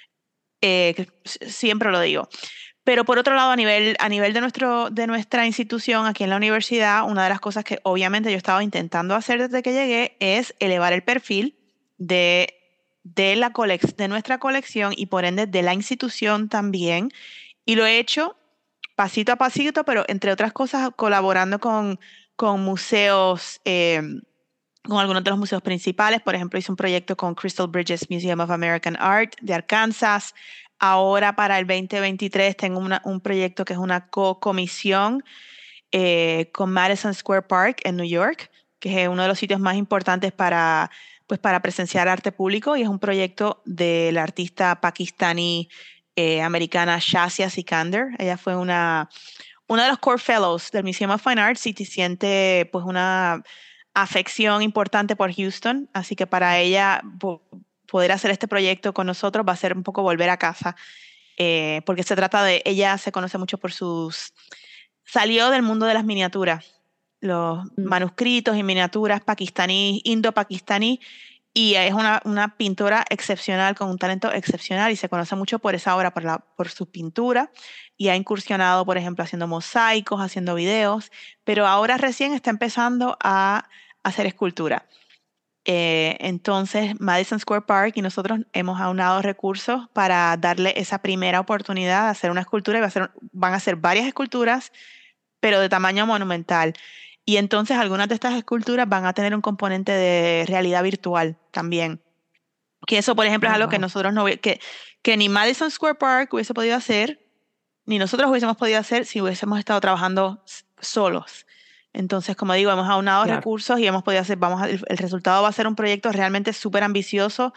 Eh, siempre lo digo. Pero por otro lado, a nivel, a nivel de, nuestro, de nuestra institución aquí en la universidad, una de las cosas que obviamente yo estaba intentando hacer desde que llegué es elevar el perfil de, de, la colec de nuestra colección y por ende de la institución también. Y lo he hecho pasito a pasito, pero entre otras cosas colaborando con, con museos, eh, con algunos de los museos principales. Por ejemplo, hice un proyecto con Crystal Bridges Museum of American Art de Arkansas. Ahora para el veinte veintitrés tengo una, un proyecto que es una co-comisión eh, con Madison Square Park en New York, que es uno de los sitios más importantes para, pues, para presenciar arte público, y es un proyecto de la artista pakistaní eh, americana Shazia Sikander. Ella fue una, una de los core fellows del Museum of Fine Arts y siente pues una afección importante por Houston, así que para ella po poder hacer este proyecto con nosotros va a ser un poco volver a casa, eh, porque se trata de, ella se conoce mucho por sus, salió del mundo de las miniaturas, los mm. manuscritos y miniaturas pakistaní, indo-pakistaní, y es una, una pintora excepcional, con un talento excepcional, y se conoce mucho por esa obra, por, la, por su pintura, y ha incursionado, por ejemplo, haciendo mosaicos, haciendo videos, pero ahora recién está empezando a hacer escultura. Eh, entonces, Madison Square Park y nosotros hemos aunado recursos para darle esa primera oportunidad de hacer una escultura, y va a ser, van a ser varias esculturas, pero de tamaño monumental. Y entonces algunas de estas esculturas van a tener un componente de realidad virtual también. Que eso, por ejemplo, oh, es algo wow. que nosotros no, que, que ni Madison Square Park hubiese podido hacer, ni nosotros hubiésemos podido hacer si hubiésemos estado trabajando solos. Entonces, como digo, hemos aunado claro. recursos y hemos podido hacer, vamos a, el, el resultado va a ser un proyecto realmente súper ambicioso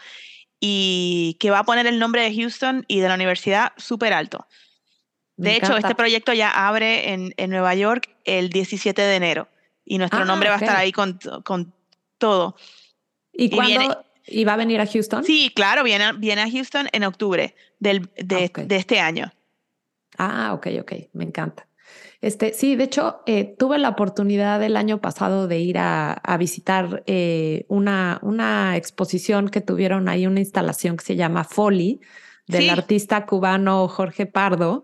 y que va a poner el nombre de Houston y de la universidad súper alto. De Me hecho, encanta. Este proyecto ya abre en, en Nueva York el diecisiete de enero y nuestro ah, nombre va okay. a estar ahí con, con todo. ¿Y, ¿Y cuándo? Viene, ¿Y va a venir a Houston? Sí, claro, viene, viene a Houston en octubre del, de, okay. de este año. Ah, ok, ok, me encanta. Este, sí, de hecho, eh, tuve la oportunidad el año pasado de ir a, a visitar eh, una, una exposición que tuvieron ahí, una instalación que se llama Folly, del sí. artista cubano Jorge Pardo,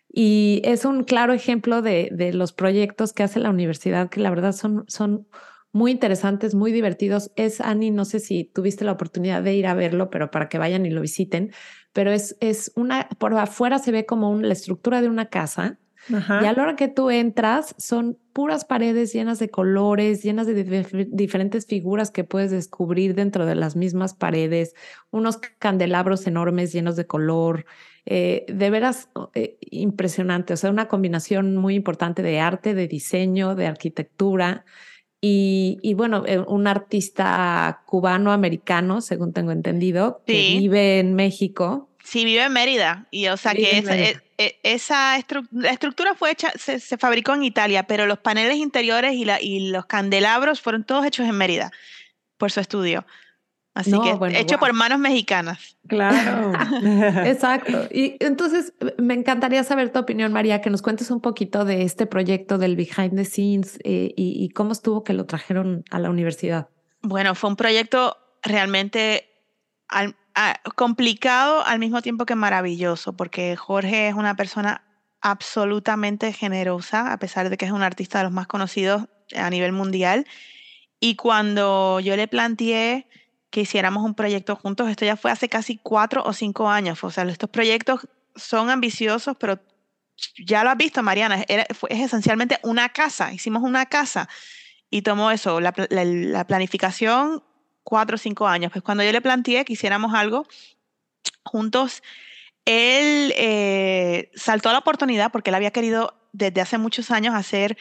y es un claro ejemplo de, de los proyectos que hace la universidad, que la verdad son, son muy interesantes, muy divertidos. Es, Ani, no sé si tuviste la oportunidad de ir a verlo, pero para que vayan y lo visiten, pero es, es una, por afuera se ve como un, la estructura de una casa. Ajá. Y a la hora que tú entras son puras paredes llenas de colores, llenas de dif- diferentes figuras que puedes descubrir dentro de las mismas paredes, unos candelabros enormes llenos de color, eh, de veras eh, impresionante, o sea, una combinación muy importante de arte, de diseño, de arquitectura y, y bueno, eh, un artista cubano-americano, según tengo entendido, sí. que vive en México. Sí, vive en Mérida, y o sea vive que es, es, esa estru la estructura fue hecha, se, se fabricó en Italia, pero los paneles interiores y, la, y los candelabros fueron todos hechos en Mérida por su estudio. Así no, que bueno, hecho wow. por manos mexicanas. Claro, exacto. Y entonces me encantaría saber tu opinión, María, que nos cuentes un poquito de este proyecto del behind the scenes eh, y, y cómo estuvo que lo trajeron a la universidad. Bueno, fue un proyecto realmente al, a, complicado al mismo tiempo que maravilloso, porque Jorge es una persona absolutamente generosa, a pesar de que es un artista de los más conocidos a nivel mundial. Y cuando yo le planteé que hiciéramos un proyecto juntos, esto ya fue hace casi cuatro o cinco años. O sea, estos proyectos son ambiciosos, pero ya lo has visto, Mariana, era, fue, es esencialmente una casa. Hicimos una casa y tomó eso, la, la, la planificación, cuatro o cinco años. Pues cuando yo le planteé que hiciéramos algo juntos, él eh, saltó a la oportunidad porque él había querido desde hace muchos años hacer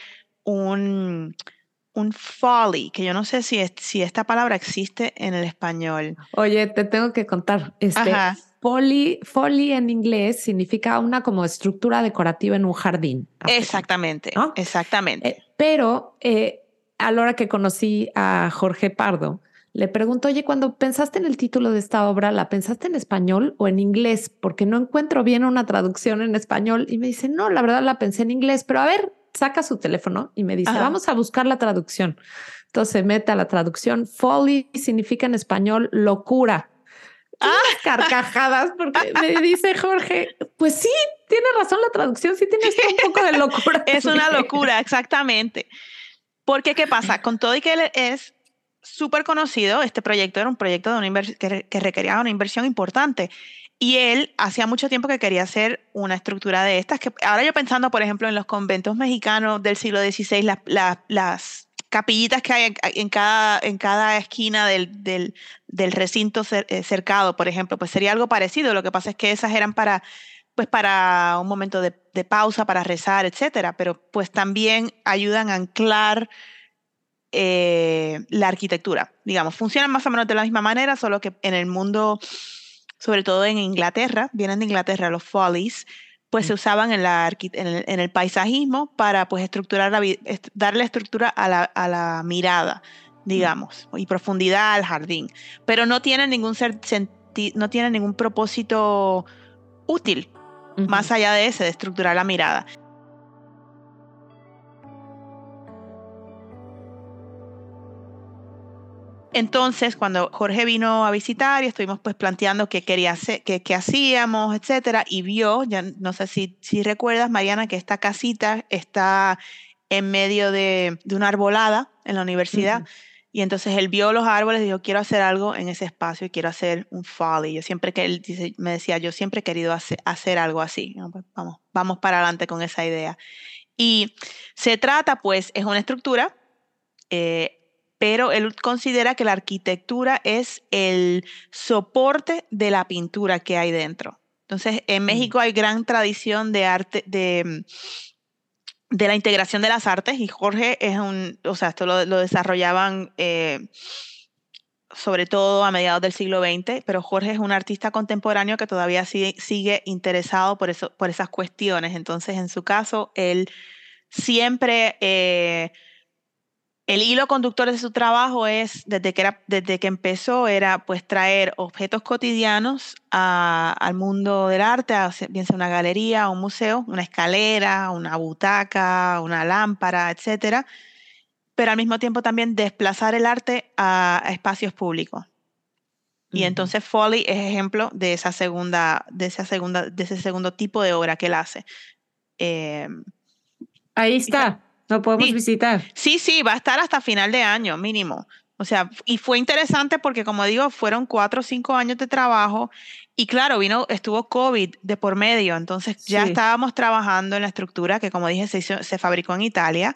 un... un folly, que yo no sé si, es, si esta palabra existe en el español. Oye, te tengo que contar. Este, folly, folly en inglés significa una como estructura decorativa en un jardín. Exactamente, ¿no? Exactamente. Eh, pero eh, a la hora que conocí a Jorge Pardo, le pregunto, oye, cuando pensaste en el título de esta obra, ¿la pensaste en español o en inglés? Porque no encuentro bien una traducción en español. Y me dice, no, la verdad la pensé en inglés, pero a ver, saca su teléfono y me dice, ajá, vamos a buscar la traducción. Entonces mete a la traducción. Folly significa en español locura. Ah. Carcajadas, porque me dice Jorge, pues sí, tiene razón la traducción, sí tiene un poco de locura. Es una locura, exactamente. Porque, ¿qué pasa? Con todo y que él es súper conocido, este proyecto era un proyecto de una que, que requería una inversión importante. Y él hacía mucho tiempo que quería hacer una estructura de estas, que ahora yo pensando, por ejemplo, en los conventos mexicanos del siglo dieciséis, las, las, las capillitas que hay en, en, cada, en cada esquina del, del, del recinto cer, eh, cercado, por ejemplo, pues sería algo parecido. Lo que pasa es que esas eran para, pues para un momento de, de pausa, para rezar, etcétera, pero pues también ayudan a anclar eh, la arquitectura. Digamos, funcionan más o menos de la misma manera, solo que en el mundo, sobre todo en Inglaterra, vienen de Inglaterra los follies, pues mm. se usaban en, la en, el, en el paisajismo para pues estructurar la, darle estructura a la, a la mirada, digamos, mm. y profundidad al jardín. Pero no tienen ningún, senti no tienen ningún propósito útil, uh-huh. más allá de ese, de estructurar la mirada. Entonces, cuando Jorge vino a visitar y estuvimos pues planteando qué quería hacer, qué, qué hacíamos, etcétera, y vio, ya no sé si, si recuerdas, Mariana, que esta casita está en medio de, de una arbolada en la universidad, uh-huh. y entonces él vio los árboles y dijo, quiero hacer algo en ese espacio y quiero hacer un folly. Yo siempre que él dice, me decía, yo siempre he querido hacer, hacer algo así. No, pues vamos, vamos para adelante con esa idea. Y se trata, pues, es una estructura, eh, pero él considera que la arquitectura es el soporte de la pintura que hay dentro. Entonces, en México mm. hay gran tradición de arte, de, de la integración de las artes, y Jorge es un, o sea, esto lo, lo desarrollaban eh, sobre todo a mediados del siglo veinte, pero Jorge es un artista contemporáneo que todavía sigue, sigue interesado por, eso, por esas cuestiones. Entonces, en su caso, él siempre... Eh, El hilo conductor de su trabajo es, desde que, era, desde que empezó, era pues traer objetos cotidianos a, al mundo del arte, a, bien sea una galería, un museo, una escalera, una butaca, una lámpara, etcétera, pero al mismo tiempo también desplazar el arte a, a espacios públicos. Y uh-huh. entonces Folly es ejemplo de esa segunda, de esa segunda, de ese segundo tipo de obra que él hace. Eh, Ahí está. Lo podemos sí, visitar. Sí, sí, va a estar hasta final de año, mínimo. O sea, y fue interesante porque, como digo, fueron cuatro o cinco años de trabajo y claro, vino, estuvo COVID de por medio, entonces sí. ya estábamos trabajando en la estructura que, como dije, se, hizo, se fabricó en Italia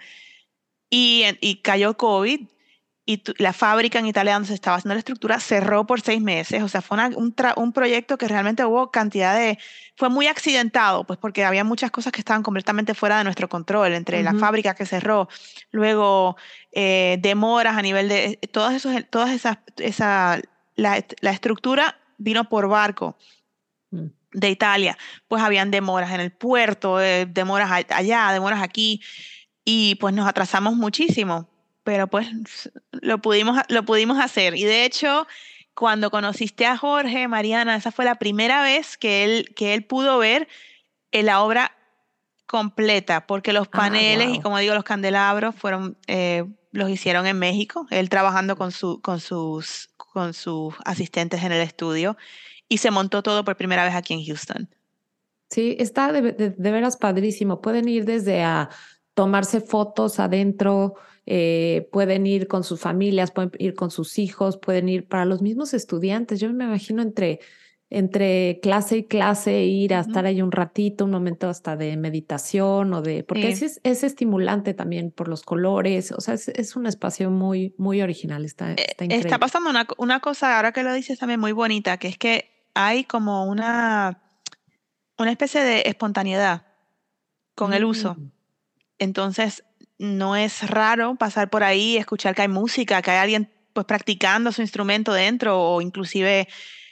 y, y cayó COVID y tu, la fábrica en Italia donde se estaba haciendo la estructura cerró por seis meses. O sea, fue una, un, tra, un proyecto que realmente hubo cantidad de... Fue muy accidentado, pues porque había muchas cosas que estaban completamente fuera de nuestro control, entre uh-huh. la fábrica que cerró, luego eh, demoras a nivel de... Todas, esos, todas esas... Esa, la, la estructura vino por barco uh-huh. de Italia, pues habían demoras en el puerto, eh, demoras allá, demoras aquí, y pues nos atrasamos muchísimo. Pero pues lo pudimos, lo pudimos hacer. Y de hecho, cuando conociste a Jorge, Mariana, esa fue la primera vez que él, que él pudo ver la obra completa, porque los paneles ah, wow. y, como digo, los candelabros fueron, eh, los hicieron en México, él trabajando con, su, con, sus, con sus asistentes en el estudio, y se montó todo por primera vez aquí en Houston. Sí, está de, de, de veras padrísimo. Pueden ir desde a tomarse fotos adentro, eh, pueden ir con sus familias, pueden ir con sus hijos, pueden ir para los mismos estudiantes. Yo me imagino entre, entre clase y clase ir a uh-huh. estar ahí un ratito, un momento hasta de meditación o de... Porque sí. es, es estimulante también por los colores, o sea, es, es un espacio muy, muy original, está, está increíble. Está pasando una, una cosa, ahora que lo dices, también muy bonita, que es que hay como una, una especie de espontaneidad con uh-huh. el uso. Entonces, no es raro pasar por ahí y escuchar que hay música, que hay alguien pues practicando su instrumento dentro, o inclusive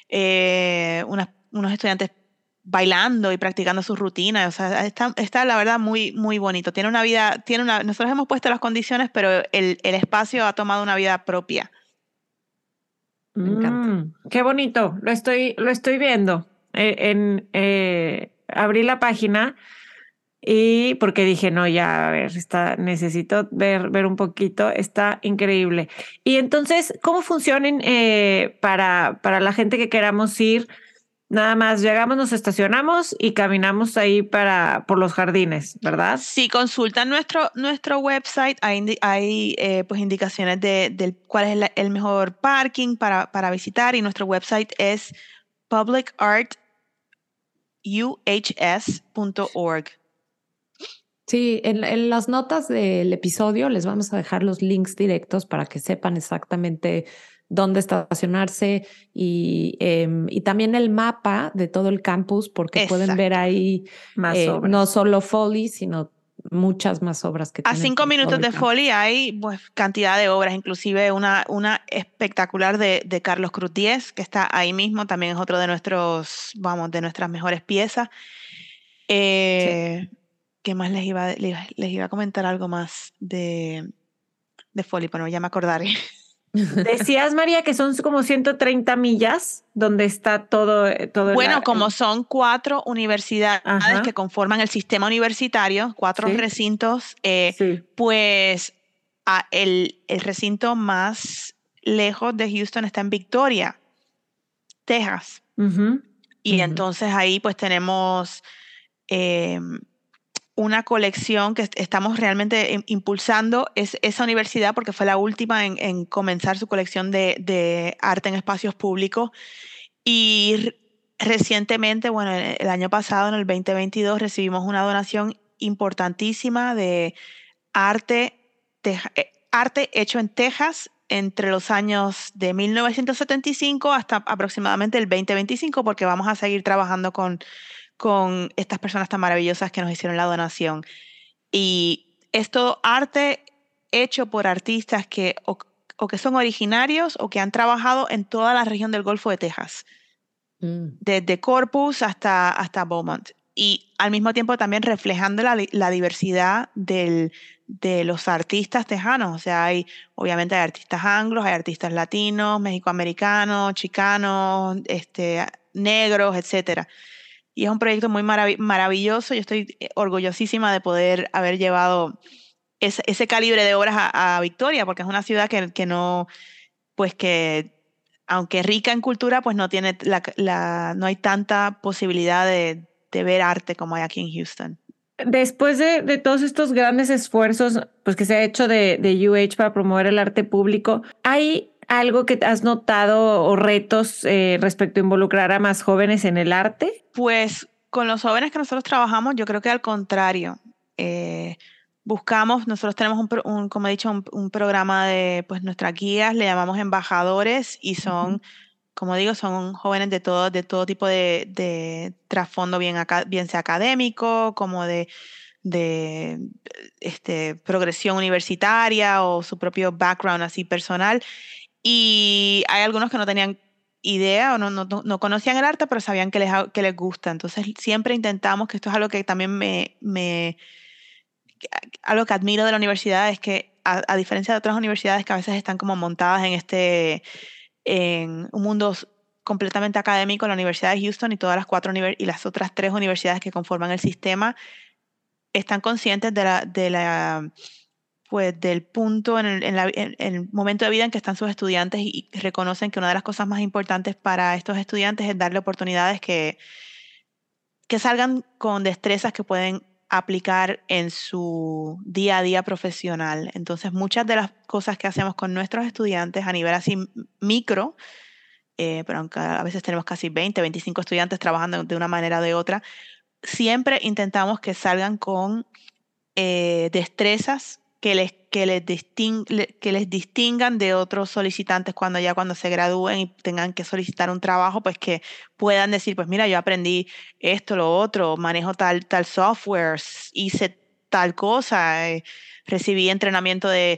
eh, unas, unos estudiantes bailando y practicando sus rutinas. O sea, está, está la verdad muy, muy bonito. Tiene una vida, tiene una, nosotros hemos puesto las condiciones, pero el, el espacio ha tomado una vida propia. Me encanta. Mm, qué bonito, lo estoy, lo estoy viendo. Eh, en, eh, abrí la página. Y porque dije, no, ya, a ver, está, necesito ver, ver un poquito, está increíble. Y entonces, ¿cómo funcionan eh, para, para la gente que queramos ir? Nada más llegamos, nos estacionamos y caminamos ahí para, por los jardines, ¿verdad? Si consultan nuestro, nuestro website, hay, hay eh, pues indicaciones de, de cuál es la, el mejor parking para, para visitar, y nuestro website es public art u h s punto org. Sí, en, en las notas del episodio les vamos a dejar los links directos para que sepan exactamente dónde estacionarse y, eh, y también el mapa de todo el campus, porque Exacto. pueden ver ahí eh, no solo Folly, sino muchas más obras que A tienen cinco por minutos todo el de campus. Foley hay pues cantidad de obras, inclusive una, una espectacular de, de Carlos Cruz Diez, que está ahí mismo, también es otro de nuestros, vamos, de nuestras mejores piezas. Eh, ¿Qué más les iba, les, les iba a comentar algo más de, de Foley? Bueno, ya me acordaré. Decías, María, que son como ciento treinta millas donde está todo, eh, todo el Bueno, ar- como el- son cuatro universidades Ajá, que conforman el sistema universitario, cuatro sí, recintos, eh, sí. pues a- el, el recinto más lejos de Houston está en Victoria, Texas. Ujú. Y Ujú. entonces ahí pues tenemos eh, una colección que est- estamos realmente im- impulsando es esa universidad porque fue la última en, en comenzar su colección de, de arte en espacios públicos. Y r- recientemente, bueno, el, el año pasado, en el veinte veintidós, recibimos una donación importantísima de arte, teja- eh, arte hecho en Texas entre los años de mil novecientos setenta y cinco hasta aproximadamente el veinte veinticinco, porque vamos a seguir trabajando con, con estas personas tan maravillosas que nos hicieron la donación. Y es todo arte hecho por artistas que o, o que son originarios o que han trabajado en toda la región del Golfo de Texas, Mm. desde Corpus hasta, hasta Beaumont. Y al mismo tiempo también reflejando la, li- la diversidad del, de los artistas tejanos. O sea, hay, obviamente hay artistas anglos, hay artistas latinos, mexicoamericanos, chicanos, este, negros, etcétera. Y es un proyecto muy marav- maravilloso. Yo estoy eh, orgullosísima de poder haber llevado ese, ese calibre de obras a, a Victoria, porque es una ciudad que, que no, pues que, aunque rica en cultura, pues no tiene la, la- no hay tanta posibilidad de, de ver arte como hay aquí en Houston. Después de, de todos estos grandes esfuerzos pues, que se ha hecho de, de U H para promover el arte público, ¿hay algo que has notado o retos eh, respecto a involucrar a más jóvenes en el arte? Pues con los jóvenes que nosotros trabajamos, yo creo que al contrario. eh, buscamos, nosotros tenemos un, pro- un, como he dicho, un, un programa de, pues nuestras guías, le llamamos embajadores y Ujú. son, como digo, son jóvenes de todo, de todo tipo de, de trasfondo, bien, aca- bien sea académico, como de, de este, progresión universitaria o su propio background así personal. Y hay algunos que no tenían idea o no, no, no no conocían el arte, pero sabían que les, ha- que les gusta. Entonces siempre intentamos, que esto es algo que también me, me que- algo que admiro de la universidad, es que a, a diferencia de otras universidades que a veces están como montadas en este, en un mundo s- completamente académico, la Universidad de Houston y todas las cuatro univer- y las otras tres universidades que conforman el sistema están conscientes de la, de la pues del punto en el, en la- en- en el momento de vida en que están sus estudiantes, y reconocen que una de las cosas más importantes para estos estudiantes es darle oportunidades que, que salgan con destrezas que pueden aplicar en su día a día profesional. Entonces, muchas de las cosas que hacemos con nuestros estudiantes a nivel así micro, eh, pero aunque a veces tenemos casi veinte, veinticinco estudiantes trabajando de una manera o de otra, siempre intentamos que salgan con eh, destrezas que les, que, les disting- le- que les distingan de otros solicitantes cuando ya cuando se gradúen y tengan que solicitar un trabajo, pues que puedan decir, pues mira, yo aprendí esto, lo otro, manejo tal, tal software, s- hice tal cosa, eh, recibí entrenamiento de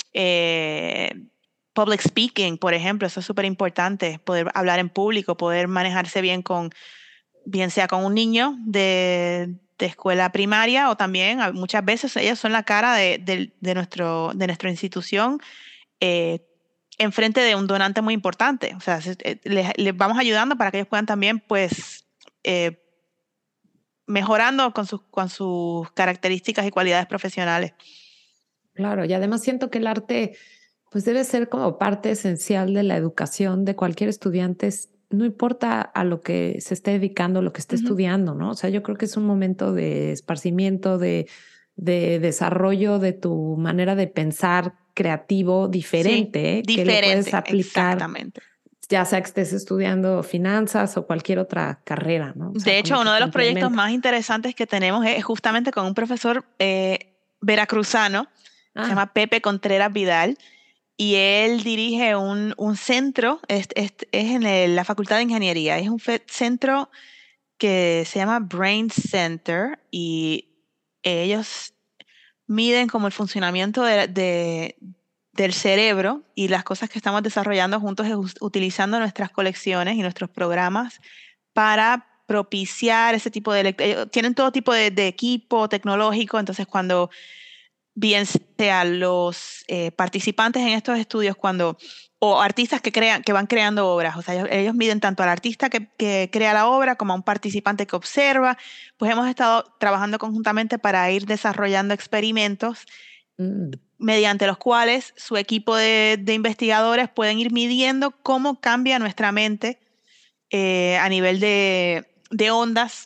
eh, public speaking, por ejemplo. Eso es súper importante, poder hablar en público, poder manejarse bien con, bien sea con un niño de, de escuela primaria, o también a- muchas veces ellos son la cara de, del- de nuestro, de nuestra institución, eh, enfrente de un donante muy importante. O sea, se- eh, les, les vamos ayudando para que ellos puedan también, pues, eh, mejorando con sus, con sus características y cualidades profesionales. Claro, y además siento que el arte pues debe ser como parte esencial de la educación de cualquier estudiante, s- no importa a lo que se esté dedicando, lo que esté Ujú. estudiando, ¿no? O sea, yo creo que es un momento de esparcimiento, de, de desarrollo de tu manera de pensar creativo Sí, diferente, ¿eh? Que lo puedes diferente, aplicar, exactamente. ya sea que estés estudiando finanzas o cualquier otra carrera, ¿no? O sea, De hecho, como que uno de los proyectos complementa. más interesantes que tenemos es justamente con un profesor eh, veracruzano, se Ah, llama Pepe Contreras Vidal, y él dirige un, un centro, es, es- es en el- la Facultad de Ingeniería, es un fe- centro que se llama Brain Center, y ellos miden como el funcionamiento de, de, del cerebro y las cosas que estamos desarrollando juntos es utilizando nuestras colecciones y nuestros programas para propiciar ese tipo de... Ellos tienen todo tipo de, de equipo tecnológico, entonces cuando bien sea los eh, participantes en estos estudios, cuando o artistas que, crean, que van creando obras, o sea, ellos, ellos miden tanto al artista que, que crea la obra como a un participante que observa, pues hemos estado trabajando conjuntamente para ir desarrollando experimentos mm. mediante los cuales su equipo de, de investigadores pueden ir midiendo cómo cambia nuestra mente eh, a nivel de, de ondas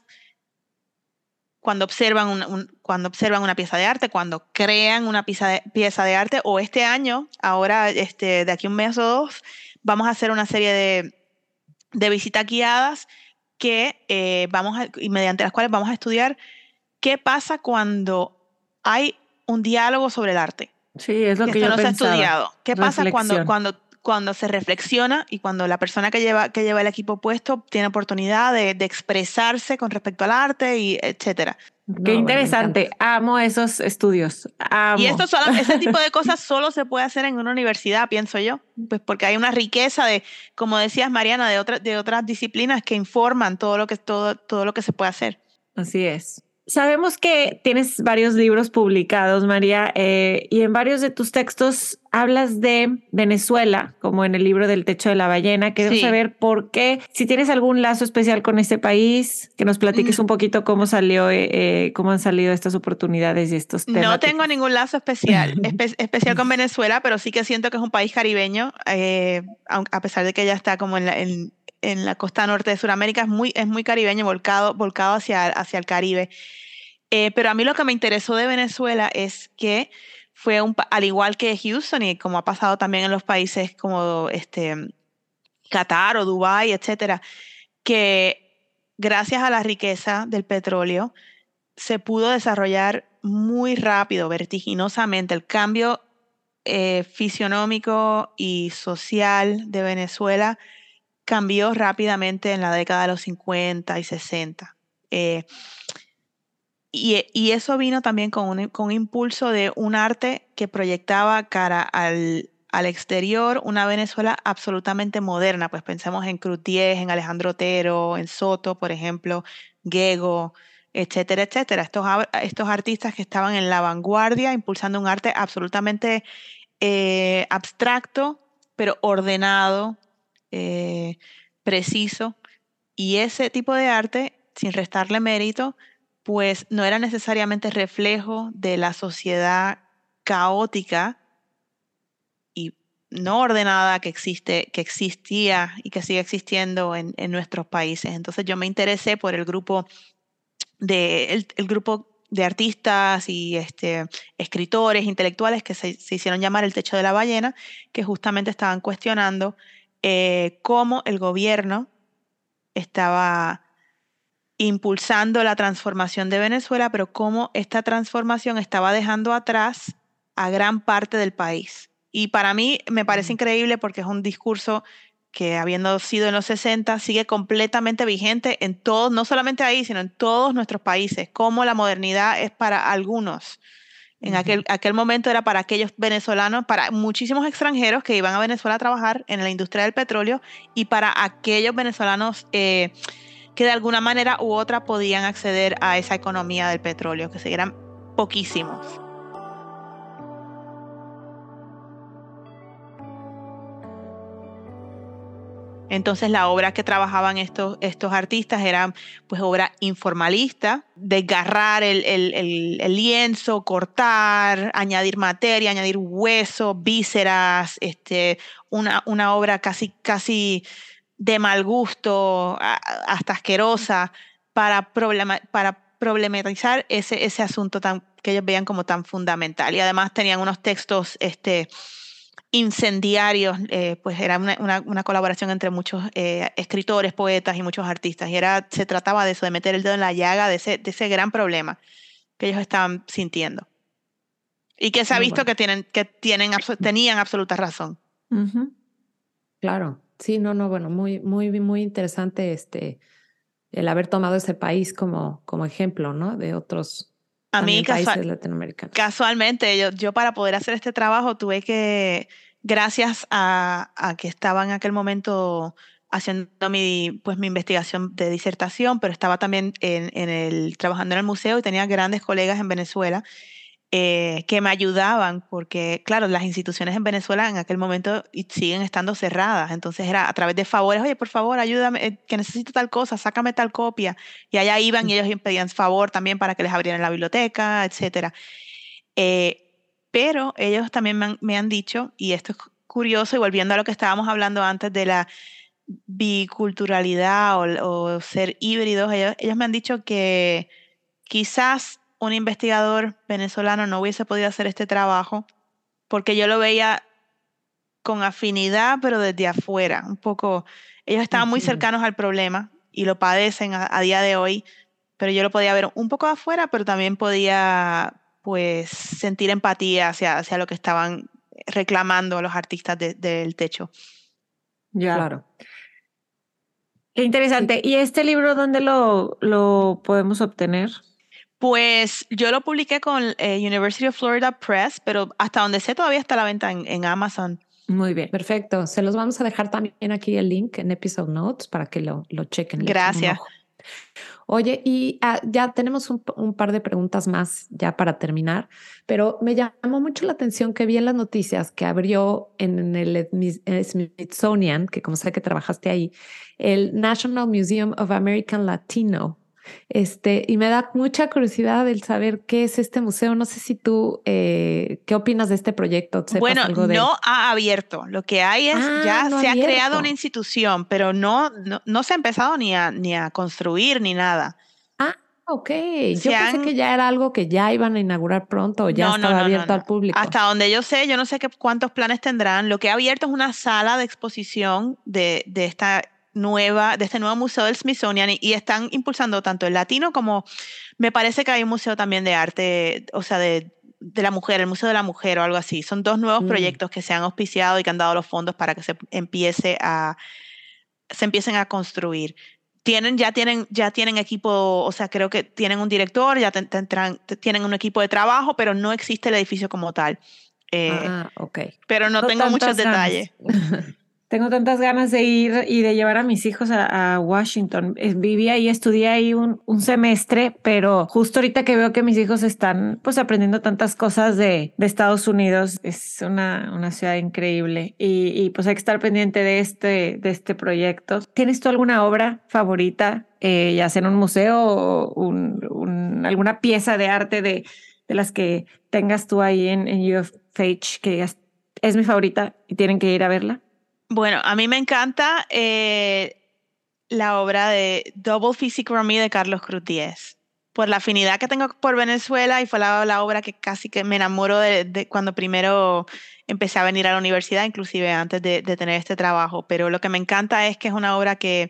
cuando observan, un, un, cuando observan una pieza de arte, cuando crean una pieza de, pieza de arte, o este año, ahora este, de aquí un mes o dos, vamos a hacer una serie de, de visitas guiadas que eh, vamos a, y mediante las cuales vamos a estudiar qué pasa cuando hay un diálogo sobre el arte. Sí, es lo que, que yo esto no pensaba. se ha estudiado. ¿Qué Reflexión. pasa cuando, cuando, cuando se reflexiona y cuando la persona que lleva, que lleva el equipo puesto tiene oportunidad de, de expresarse con respecto al arte, y etcétera? Qué No, interesante. bueno, amo esos estudios. Amo. Y esto solo, ese tipo de cosas solo se puede hacer en una universidad, pienso yo, pues porque hay una riqueza de, como decías, Mariana, de otras, de otras disciplinas que informan todo lo que, todo, todo lo que se puede hacer. Así es. Sabemos que tienes varios libros publicados, María, eh, y en varios de tus textos hablas de Venezuela, como en el libro del Techo de la Ballena. Queremos Sí. saber por qué, si tienes algún lazo especial con este país, que nos platiques mm. un poquito cómo salió, eh, eh, cómo han salido estas oportunidades y estos temas. No tengo ningún lazo especial, espe especial con Venezuela, pero sí que siento que es un país caribeño, eh, a pesar de que ya está como en la, en, en la costa norte de Sudamérica, es muy, es muy caribeño, volcado, volcado hacia, hacia el Caribe. Eh, pero a mí lo que me interesó de Venezuela es que fue, un, al igual que Houston y como ha pasado también en los países como este, Qatar o Dubái, etcétera, que gracias a la riqueza del petróleo se pudo desarrollar muy rápido, vertiginosamente. El cambio eh, fisionómico y social de Venezuela cambió rápidamente en la década de los cincuenta y sesenta. Eh, Y, y eso vino también con un, con un impulso de un arte que proyectaba cara al, al exterior una Venezuela absolutamente moderna. Pues pensemos en Cruz diez, en Alejandro Otero, en Soto, por ejemplo, Gego, etcétera, etcétera. Estos, estos artistas que estaban en la vanguardia, impulsando un arte absolutamente eh, abstracto, pero ordenado, eh, preciso. Y ese tipo de arte, sin restarle mérito, pues no era necesariamente reflejo de la sociedad caótica y no ordenada que existe, que existía y que sigue existiendo en, en nuestros países. Entonces yo me interesé por el grupo de, el, el grupo de artistas y este, escritores, intelectuales que se, se hicieron llamar el Techo de la Ballena, que justamente estaban cuestionando eh, cómo el gobierno estaba impulsando la transformación de Venezuela, pero cómo esta transformación estaba dejando atrás a gran parte del país. Y para mí me parece increíble porque es un discurso que, habiendo sido en los sesenta, sigue completamente vigente en todos, no solamente ahí, sino en todos nuestros países, cómo la modernidad es para algunos. En uh-huh. aquel, aquel momento era para aquellos venezolanos, para muchísimos extranjeros que iban a Venezuela a trabajar en la industria del petróleo y para aquellos venezolanos eh, que de alguna manera u otra podían acceder a esa economía del petróleo, que eran poquísimos. Entonces la obra que trabajaban estos, estos artistas era pues obra informalista, desgarrar el, el, el, el lienzo, cortar, añadir materia, añadir hueso, vísceras, este, una, una obra casi, casi de mal gusto, hasta asquerosa, para, problema, para problematizar ese, ese asunto tan, que ellos veían como tan fundamental. Y además tenían unos textos este, incendiarios, eh, pues era una, una, una colaboración entre muchos eh, escritores, poetas y muchos artistas. Y era, se trataba de eso, de meter el dedo en la llaga de ese, de ese gran problema que ellos estaban sintiendo. Y que se ha Muy visto bueno. que, tienen, que tienen, tenían absoluta razón. Uh-huh. Claro. Sí, no, no, bueno, muy, muy, muy interesante este, el haber tomado ese país como, como ejemplo, ¿no? De otros, A mí también países casual, latinoamericanos. casualmente, yo, yo para poder hacer este trabajo tuve que, gracias a, a que estaba en aquel momento haciendo mi, pues, mi investigación de disertación, pero estaba también en, en el, trabajando en el museo y tenía grandes colegas en Venezuela eh, que me ayudaban, porque claro, las instituciones en Venezuela en aquel momento y siguen estando cerradas, entonces era a través de favores, oye, por favor, ayúdame, eh, que necesito tal cosa, sácame tal copia, y allá iban y ellos pedían favor también para que les abrieran la biblioteca, etcétera. Eh, pero ellos también me han, me han dicho, y esto es curioso, y volviendo a lo que estábamos hablando antes de la biculturalidad o, o ser híbridos, ellos, ellos me han dicho que quizás un investigador venezolano no hubiese podido hacer este trabajo porque yo lo veía con afinidad, pero desde afuera, un poco, ellos estaban muy Ujú. cercanos al problema y lo padecen a, a día de hoy, pero yo lo podía ver un poco de afuera, pero también podía pues sentir empatía hacia, hacia lo que estaban reclamando los artistas de- del techo. Ya. Claro. Qué interesante. ¿Y este libro dónde lo, lo podemos obtener? Pues yo lo publiqué con eh, University of Florida Press, pero hasta donde sé todavía está a la venta en, en Amazon. Muy bien. Perfecto. Se los vamos a dejar también aquí el link en Episode Notes para que lo, lo chequen. Le echen un Gracias. ojo. Oye, y ah, ya tenemos un, un par de preguntas más ya para terminar, pero me llamó mucho la atención que vi en las noticias que abrió en el Smithsonian, que como sé que trabajaste ahí, el National Museum of American Latino. Este, y me da mucha curiosidad el saber qué es este museo. No sé si tú, eh, ¿qué opinas de este proyecto? ¿Sepas Bueno, algo de él? no ha abierto. Lo que hay es, Ah, ya no se ha creado abierto. una institución, pero no, no, no se ha empezado ni a, ni a construir ni nada. Ah, ok. Se Yo pensé han- que ya era algo que ya iban a inaugurar pronto o ya No, no, estaba no, no, abierto no. al público. Hasta donde yo sé, yo no sé qué, cuántos planes tendrán. Lo que ha abierto es una sala de exposición de, de esta nueva, de este nuevo museo del Smithsonian y, y están impulsando tanto el latino como me parece que hay un museo también de arte, o sea, de, de la mujer, el Museo de la Mujer o algo así. Son dos nuevos Mm. proyectos que se han auspiciado y que han dado los fondos para que se empiece a, se empiecen a construir. Tienen, ya tienen, ya tienen equipo, o sea, creo que tienen un director, ya ten- tendrán- t- tienen un equipo de trabajo, pero no existe el edificio como tal. Eh, Ah, ok. pero no Tengo tengo muchos tantas ganas. detalles. Tengo tantas ganas de ir y de llevar a mis hijos a, a Washington. Eh, Viví ahí, estudié ahí un, un semestre, pero justo ahorita que veo que mis hijos están pues aprendiendo tantas cosas de, de Estados Unidos, es una, una ciudad increíble y, y pues hay que estar pendiente de este, de este proyecto. ¿Tienes tú alguna obra favorita, eh, ya sea en un museo o un, un- alguna pieza de arte de, de las que tengas tú ahí en, en U F H que digas, es mi favorita y tienen que ir a verla? Bueno, a mí me encanta eh, la obra de Double Physiognomy de Carlos Cruz Diez, por la afinidad que tengo por Venezuela y fue la, la obra que casi que me enamoró de, de cuando primero empecé a venir a la universidad, inclusive antes de, de tener este trabajo. Pero lo que me encanta es que es una obra que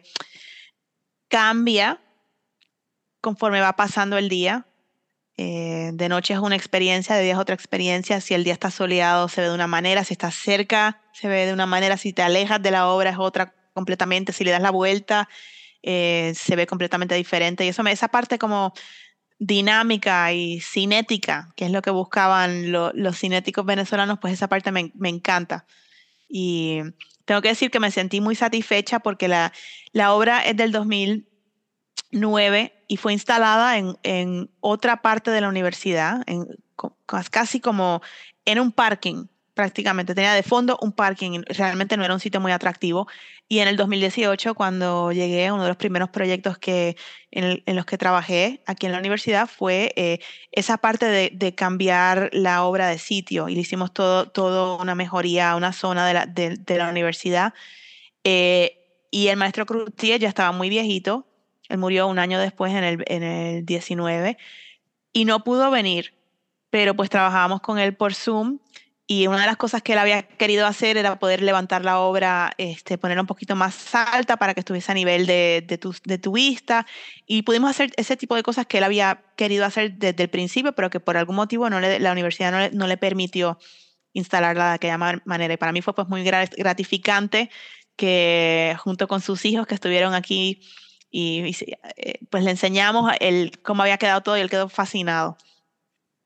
cambia conforme va pasando el día. Eh, de noche es una experiencia, de día es otra experiencia. Si el día está soleado se ve de una manera, si estás cerca se ve de una manera, si te alejas de la obra es otra completamente, si le das la vuelta eh, se ve completamente diferente. Y eso me, esa parte como dinámica y cinética, que es lo que buscaban lo- los cinéticos venezolanos, pues esa parte me, me encanta. Y tengo que decir que me sentí muy satisfecha porque la, la obra es del dos mil nueve y fue instalada en, en otra parte de la universidad, en, co- casi como en un parking, prácticamente. Tenía de fondo un parking, y realmente no era un sitio muy atractivo. Y en el dos mil dieciocho, cuando llegué, uno de los primeros proyectos que, en, el- en los que trabajé aquí en la universidad fue eh, esa parte de, de cambiar la obra de sitio. Y le hicimos todo, todo una mejoría a una zona de la, de, de la universidad. Eh, y el maestro Crutier ya estaba muy viejito. Él murió un año después, en el, en el diecinueve, y no pudo venir, pero pues trabajábamos con él por Zoom y una de las cosas que él había querido hacer era poder levantar la obra, este, ponerla un poquito más alta para que estuviese a nivel de, de, tu, de tu vista y pudimos hacer ese tipo de cosas que él había querido hacer desde el principio, pero que por algún motivo no le, la universidad no le, no le permitió instalarla de aquella man- manera. Y para mí fue pues muy gra- gratificante que junto con sus hijos que estuvieron aquí y, y se- eh, pues le enseñamos el, cómo había quedado todo y él quedó fascinado.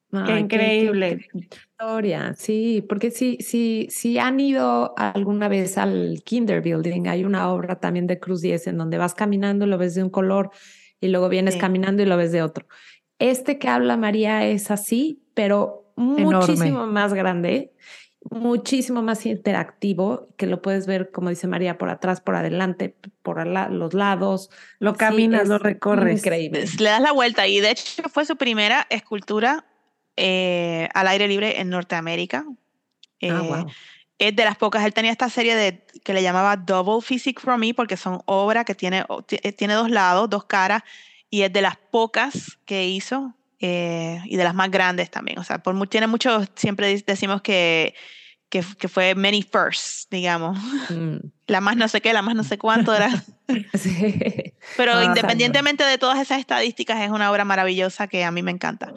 Qué Ay, increíble. Qué, qué historia, sí, porque si, si, si han ido alguna vez al Kinder Building, hay una obra también de Cruz diez en donde vas caminando y lo ves de un color y luego vienes Sí. caminando y lo ves de otro. Este que habla María es así, pero Enorme. muchísimo más grande, muchísimo más interactivo, que lo puedes ver, como dice María, por atrás, por adelante, por ala- los lados. Lo Sí, caminas, lo es recorres. increíble. Le das la vuelta y de hecho fue su primera escultura eh, al aire libre en Norteamérica. Ah, Eh, wow. es de las pocas. Él tenía esta serie de, que le llamaba Double Physique from Me porque son obras que tiene, o- ti- eh, tiene dos lados, dos caras, y es de las pocas que hizo eh, y de las más grandes también. O sea, por, mu- tiene muchos, siempre di- decimos que, que, que fue many firsts, digamos. Mm. La más no sé qué, la más no sé cuánto era. Sí. Pero Ah, independientemente de todas esas estadísticas, es una obra maravillosa que a mí me encanta.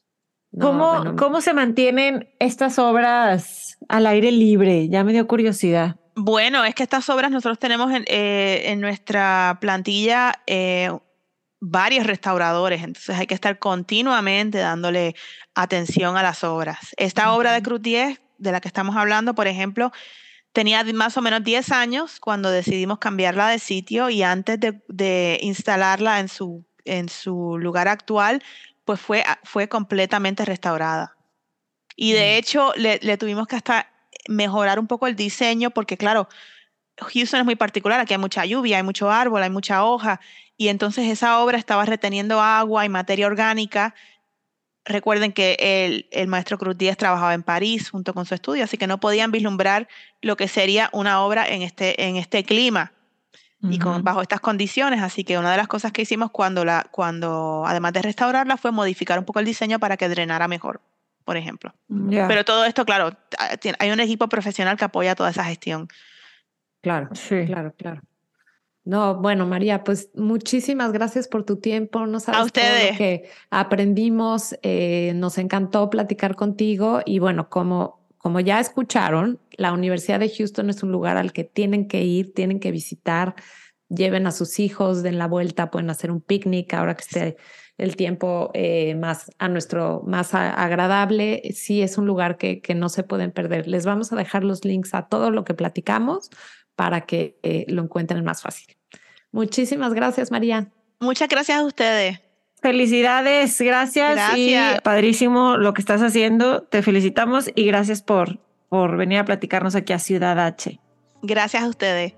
No, ¿Cómo, bueno, cómo se mantienen estas obras al aire libre? Ya me dio curiosidad. Bueno, es que estas obras nosotros tenemos en, eh, en nuestra plantilla eh, varios restauradores, entonces hay que estar continuamente dándole atención a las obras. Esta obra de Cruz diez, de la que estamos hablando, por ejemplo, tenía más o menos diez años cuando decidimos cambiarla de sitio y antes de, de instalarla en su, en su lugar actual, pues fue, fue completamente restaurada. Y de hecho le, le tuvimos que hasta mejorar un poco el diseño porque claro, Houston es muy particular, aquí hay mucha lluvia, hay mucho árbol, hay mucha hoja y entonces esa obra estaba reteniendo agua y materia orgánica. Recuerden que el, el maestro Cruz Díaz trabajaba en París junto con su estudio, así que no podían vislumbrar lo que sería una obra en este, en este clima y con, Ujú. bajo estas condiciones. Así que una de las cosas que hicimos cuando, la, cuando, además de restaurarla, fue modificar un poco el diseño para que drenara mejor, por ejemplo. Ya, Pero todo esto, claro, a- tiene- hay un equipo profesional que apoya toda esa gestión. claro, sí. claro, claro. No, bueno, María, pues muchísimas gracias por tu tiempo. No A sabes todo lo ustedes, que aprendimos. Eh, nos encantó platicar contigo y bueno, como, como ya escucharon, la Universidad de Houston es un lugar al que tienen que ir, tienen que visitar. Lleven a sus hijos, den la vuelta, pueden hacer un picnic ahora que esté el tiempo eh, más a nuestro más a- agradable. Sí, es un lugar que, que no se pueden perder. Les vamos a dejar los links a todo lo que platicamos para que eh, lo encuentren más fácil. Muchísimas gracias, María. muchas gracias a ustedes. Felicidades, gracias y Gracias. padrísimo lo que estás haciendo. Te felicitamos y gracias por, por venir a platicarnos aquí a Ciudad H. Gracias a ustedes.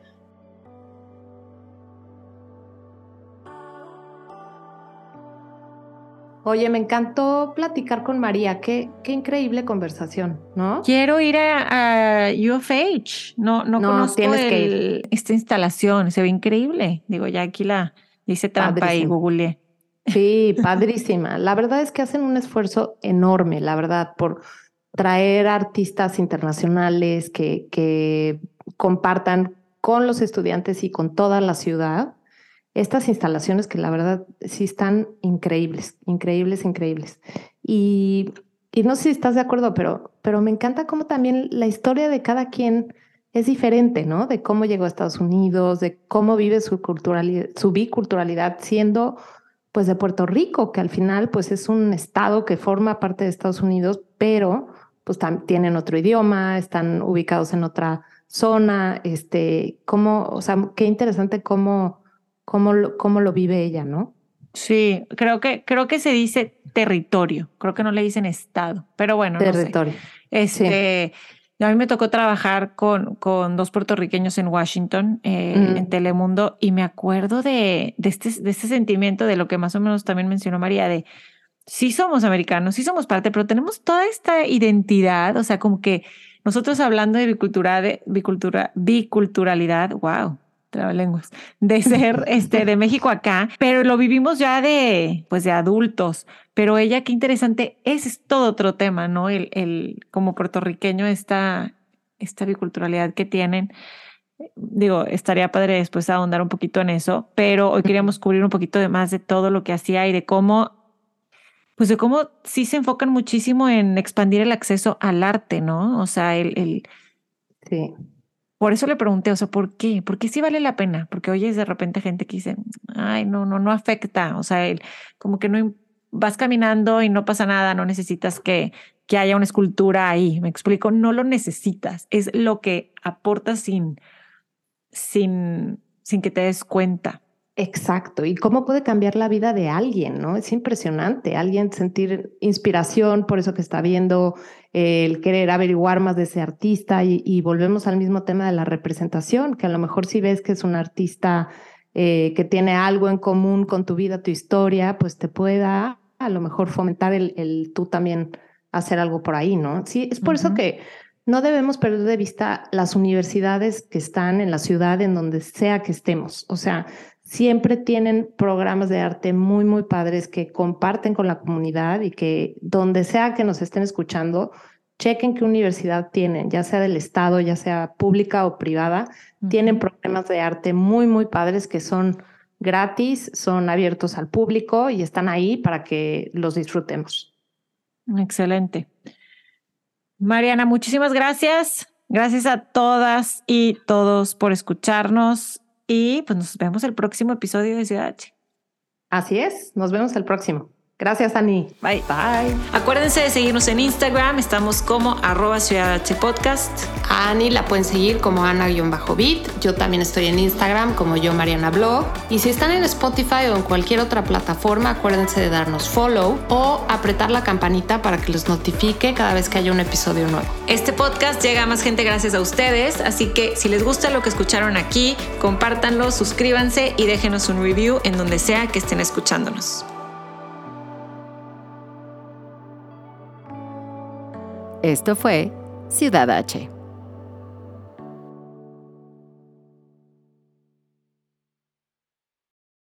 Oye, me encantó platicar con María. Qué, qué increíble conversación, ¿no? Quiero ir a, a U of H. No, no, No, conozco tienes que ir. el, esta instalación. Se ve increíble. Digo, ya aquí la hice trampa y Padrísima. googleé. Sí, padrísima. La verdad es que hacen un esfuerzo enorme, la verdad, por traer artistas internacionales que, que compartan con los estudiantes y con toda la ciudad estas instalaciones que la verdad sí están increíbles, increíbles, increíbles. Y, y no sé si estás de acuerdo, pero, pero me encanta cómo también la historia de cada quien es diferente, ¿no? De cómo llegó a Estados Unidos, de cómo vive su culturalidad, su biculturalidad siendo pues de Puerto Rico, que al final pues es un estado que forma parte de Estados Unidos, pero pues tam- tienen otro idioma, están ubicados en otra zona, este, cómo, o sea, qué interesante cómo, cómo, lo, cómo lo vive ella, ¿no? Sí, creo que, creo que se dice territorio. Creo que no le dicen estado, pero bueno, no sé. Territorio. Sí. Este, a mí me tocó trabajar con, con dos puertorriqueños en Washington, eh, Mm. en Telemundo, y me acuerdo de, de, este, de este sentimiento de lo que más o menos también mencionó María, de sí somos americanos, sí somos parte, pero tenemos toda esta identidad, o sea, como que nosotros hablando de bicultura, de bicultura, biculturalidad, wow, trabalenguas, de ser este, de México acá, pero lo vivimos ya de, pues de adultos. Pero ella, qué interesante, ese es todo otro tema, ¿no? El, el como puertorriqueño, esta, esta biculturalidad que tienen. Digo, estaría padre después ahondar un poquito en eso, pero hoy queríamos cubrir un poquito de más de todo lo que hacía y de cómo, pues de cómo sí se enfocan muchísimo en expandir el acceso al arte, ¿no? O sea, el, el Sí. por eso le pregunté, o sea, ¿por qué? ¿Por qué sí vale la pena? Porque oyes de repente gente que dice, ay, no, no, no afecta, o sea, el, como que no, vas caminando y no pasa nada, no necesitas que, que haya una escultura ahí. Me explico, no lo necesitas. Es lo que aportas sin, sin, sin que te des cuenta. Exacto. ¿Y cómo puede cambiar la vida de alguien, no? Es impresionante. Alguien sentir inspiración por eso que está viendo, eh, el querer averiguar más de ese artista y, y volvemos al mismo tema de la representación, que a lo mejor si ves que es un artista eh, que tiene algo en común con tu vida, tu historia, pues te pueda a lo mejor fomentar el, el tú también hacer algo por ahí, ¿no? Sí, es por uh-huh. eso que no debemos perder de vista las universidades que están en la ciudad, en donde sea que estemos. O sea, siempre tienen programas de arte muy, muy padres que comparten con la comunidad y que donde sea que nos estén escuchando, chequen qué universidad tienen, ya sea del estado, ya sea pública o privada. Uh-huh. Tienen programas de arte muy, muy padres que son gratis, son abiertos al público y están ahí para que los disfrutemos. Excelente. Mariana, muchísimas gracias. Gracias a todas y todos por escucharnos. Y pues nos vemos el próximo episodio de Ciudad H. Así es, nos vemos el próximo. Gracias, Ani. Bye. Bye. Acuérdense de seguirnos en Instagram, estamos como arroba Ciudad H Podcast. A Ani la pueden seguir como Ana-Bit. Yo también estoy en Instagram como yo Mariana Blog. Y si están en Spotify o en cualquier otra plataforma, acuérdense de darnos follow o apretar la campanita para que les notifique cada vez que haya un episodio nuevo. Este podcast llega a más gente gracias a ustedes, así que si les gusta lo que escucharon aquí, compártanlo, suscríbanse y déjenos un review en donde sea que estén escuchándonos. Esto fue Ciudad H.